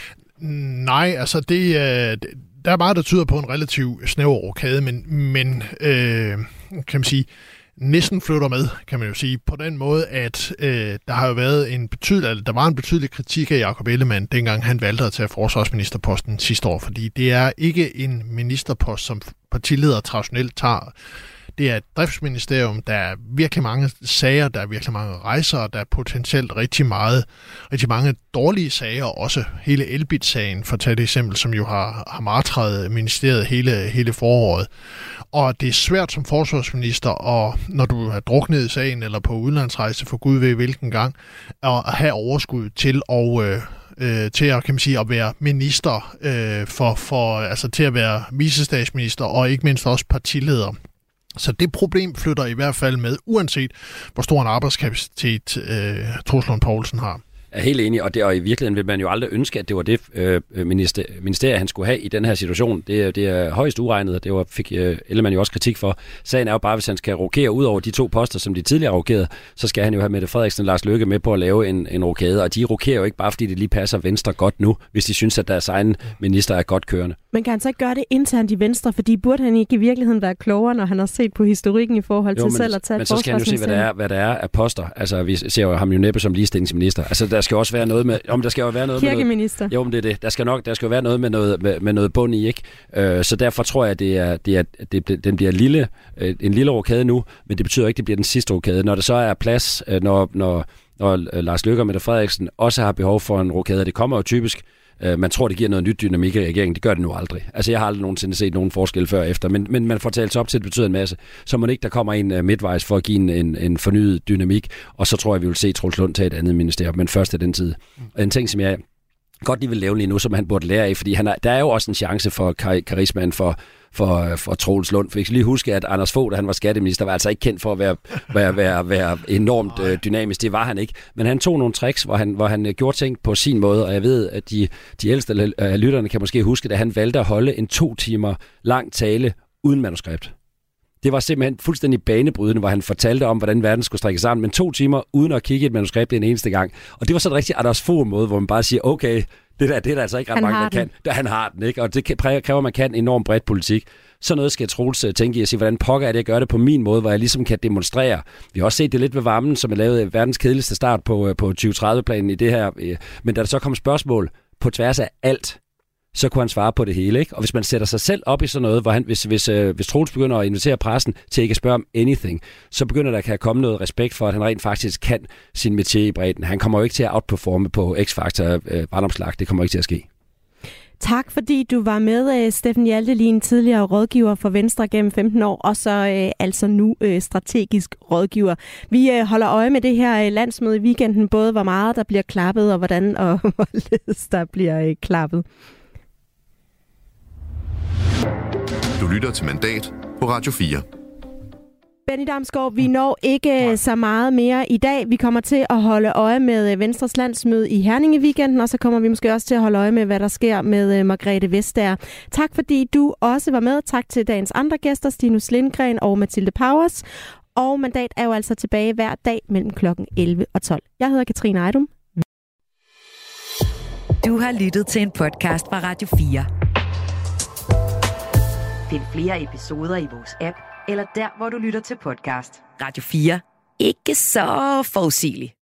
Nej, altså det, øh, der er meget, der tyder på en relativt snæver rokade, men, men øh, kan man sige, næsten flytter med, kan man jo sige, på den måde, at øh, der har jo været en betydelig, der var en betydelig kritik af Jakob Ellemann, dengang han valgte at tage forsvarsministerposten sidste år, fordi det er ikke en ministerpost, som partileder traditionelt tager. Det er et driftsministerium, der er virkelig mange sager, der er virkelig mange rejser, der er potentielt rigtig meget, rigtig mange dårlige sager, også hele Elbit-sagen, for at tage det eksempel, som jo har, har martret ministeriet hele, hele foråret. Og det er svært som forsvarsminister, og når du er druknet i sagen eller på udenlandsrejse for Gud ved hvilken gang, at have overskud til at øh, til at, kan man sige, at være minister, øh, for, for, altså til at være vicestatsminister og ikke mindst også partileder. Så det problem flytter i hvert fald med, uanset hvor stor en arbejdskapacitet øh, Troels Lund Poulsen har. Jeg er helt enig, og, det, og i virkeligheden vil man jo aldrig ønske, at det var det øh, minister, ministeriet, han skulle have i den her situation. Det, det er højst uregnet, og det var, fik øh, Ellemann jo også kritik for. Sagen er jo bare, hvis han skal rokere ud over de to poster, som de tidligere rokerede, så skal han jo have Mette Frederiksen og Lars Løkke med på at lave en, en rokade, og de rokerer jo ikke bare, fordi det lige passer Venstre godt nu, hvis de synes, at deres egen minister er godt kørende. Men kan han så ikke gøre det internt i Venstre, fordi burde han ikke i virkeligheden være klogere, når han har set på historikken i forhold til jo, men, selv at tage men så skal han jo se, hvad der er, hvad der er af poster. Altså, vi ser jo ham jo næppe som ligestillingsminister. Altså, der skal også være noget med, om der skal jo være noget kirkeminister. Med noget, jo, men det er det. Der skal nok, der skal jo være noget med noget med, med noget bund i, ikke? Øh, så derfor tror jeg, det er, det er, det, den bliver lille, øh, en lille rokade nu, men det betyder ikke, det bliver den sidste rokade. Når der så er plads, øh, når når når Lars Løkke og Mette Frederiksen også har behov for en rokade, det kommer jo typisk. Man tror, det giver noget nyt dynamik i regeringen. Det gør det nu aldrig. Altså, jeg har aldrig nogensinde set nogen forskel før efter, men, men man får talt op til, det betyder en masse. Så må det ikke, der kommer en uh, midtvejs for at give en, en, en fornyet dynamik, og så tror jeg, vi vil se Troels Lund tage et andet ministerium, men først af den tid. Og en ting, som jeg godt lige vil lave lige nu, som han burde lære af, fordi han er, der er jo også en chance for kar- karismaen for for, for Troels Lund. For jeg skal lige huske, at Anders Fogh, da han var skatteminister, var altså ikke kendt for at være, være, være, være enormt øh, dynamisk. Det var han ikke. Men han tog nogle tricks, hvor han, hvor han gjorde ting på sin måde, og jeg ved, at de, de ældste af lytterne kan måske huske, at han valgte at holde en to timer lang tale uden manuskript. Det var simpelthen fuldstændig banebrydende, hvor han fortalte om, hvordan verden skulle strikke sammen, men to timer uden at kigge et manuskript en eneste gang. Og det var sådan en rigtig Anders Fogh-måde, hvor man bare siger, okay, det der, det er der altså ikke ret mange, der kan. Der, han har den, ikke? Og det kræver, at man kan enormt bredt politik. Så noget skal Troels tænke i at sige, hvordan pokker er det, jeg gør det på min måde, hvor jeg ligesom kan demonstrere. Vi har også set det lidt ved Vammen, som er lavet verdens kedeligste start på, på tyve tredive-planen i det her. Men da der så kom spørgsmål på tværs af alt, så kunne han svare på det hele, ikke? Og hvis man sætter sig selv op i sådan noget, hvor han, hvis, hvis, øh, hvis Troels begynder at invitere pressen til ikke at spørge om anything, så begynder der kan komme noget respekt for, at han rent faktisk kan sin métier i bredden. Han kommer jo ikke til at outperforme på X-Factor øh, brandomslag. Det kommer ikke til at ske. Tak fordi du var med, Steffen Hjaltelin, tidligere rådgiver for Venstre gennem femten år, og så øh, altså nu øh, strategisk rådgiver. Vi øh, holder øje med det her øh, landsmøde i weekenden, både hvor meget der bliver klappet, og hvordan og hvorledes der bliver øh, klappet. Du lytter til Mandat på Radio fire. Benny Damsgaard, vi når ikke så meget mere i dag. Vi kommer til at holde øje med Venstres landsmøde i Herning i weekenden, og så kommer vi måske også til at holde øje med, hvad der sker med Margrethe Vestager. Tak fordi du også var med. Tak til dagens andre gæster, Stinus Lindgren og Mathilde Powers. Og Mandat er jo altså tilbage hver dag mellem klokken elleve og tolv. Jeg hedder Katrine Ejdum. Du har lyttet til en podcast fra Radio fire. Find flere episoder i vores app, eller der, hvor du lytter til podcast. Radio fire. Ikke så forudsigeligt.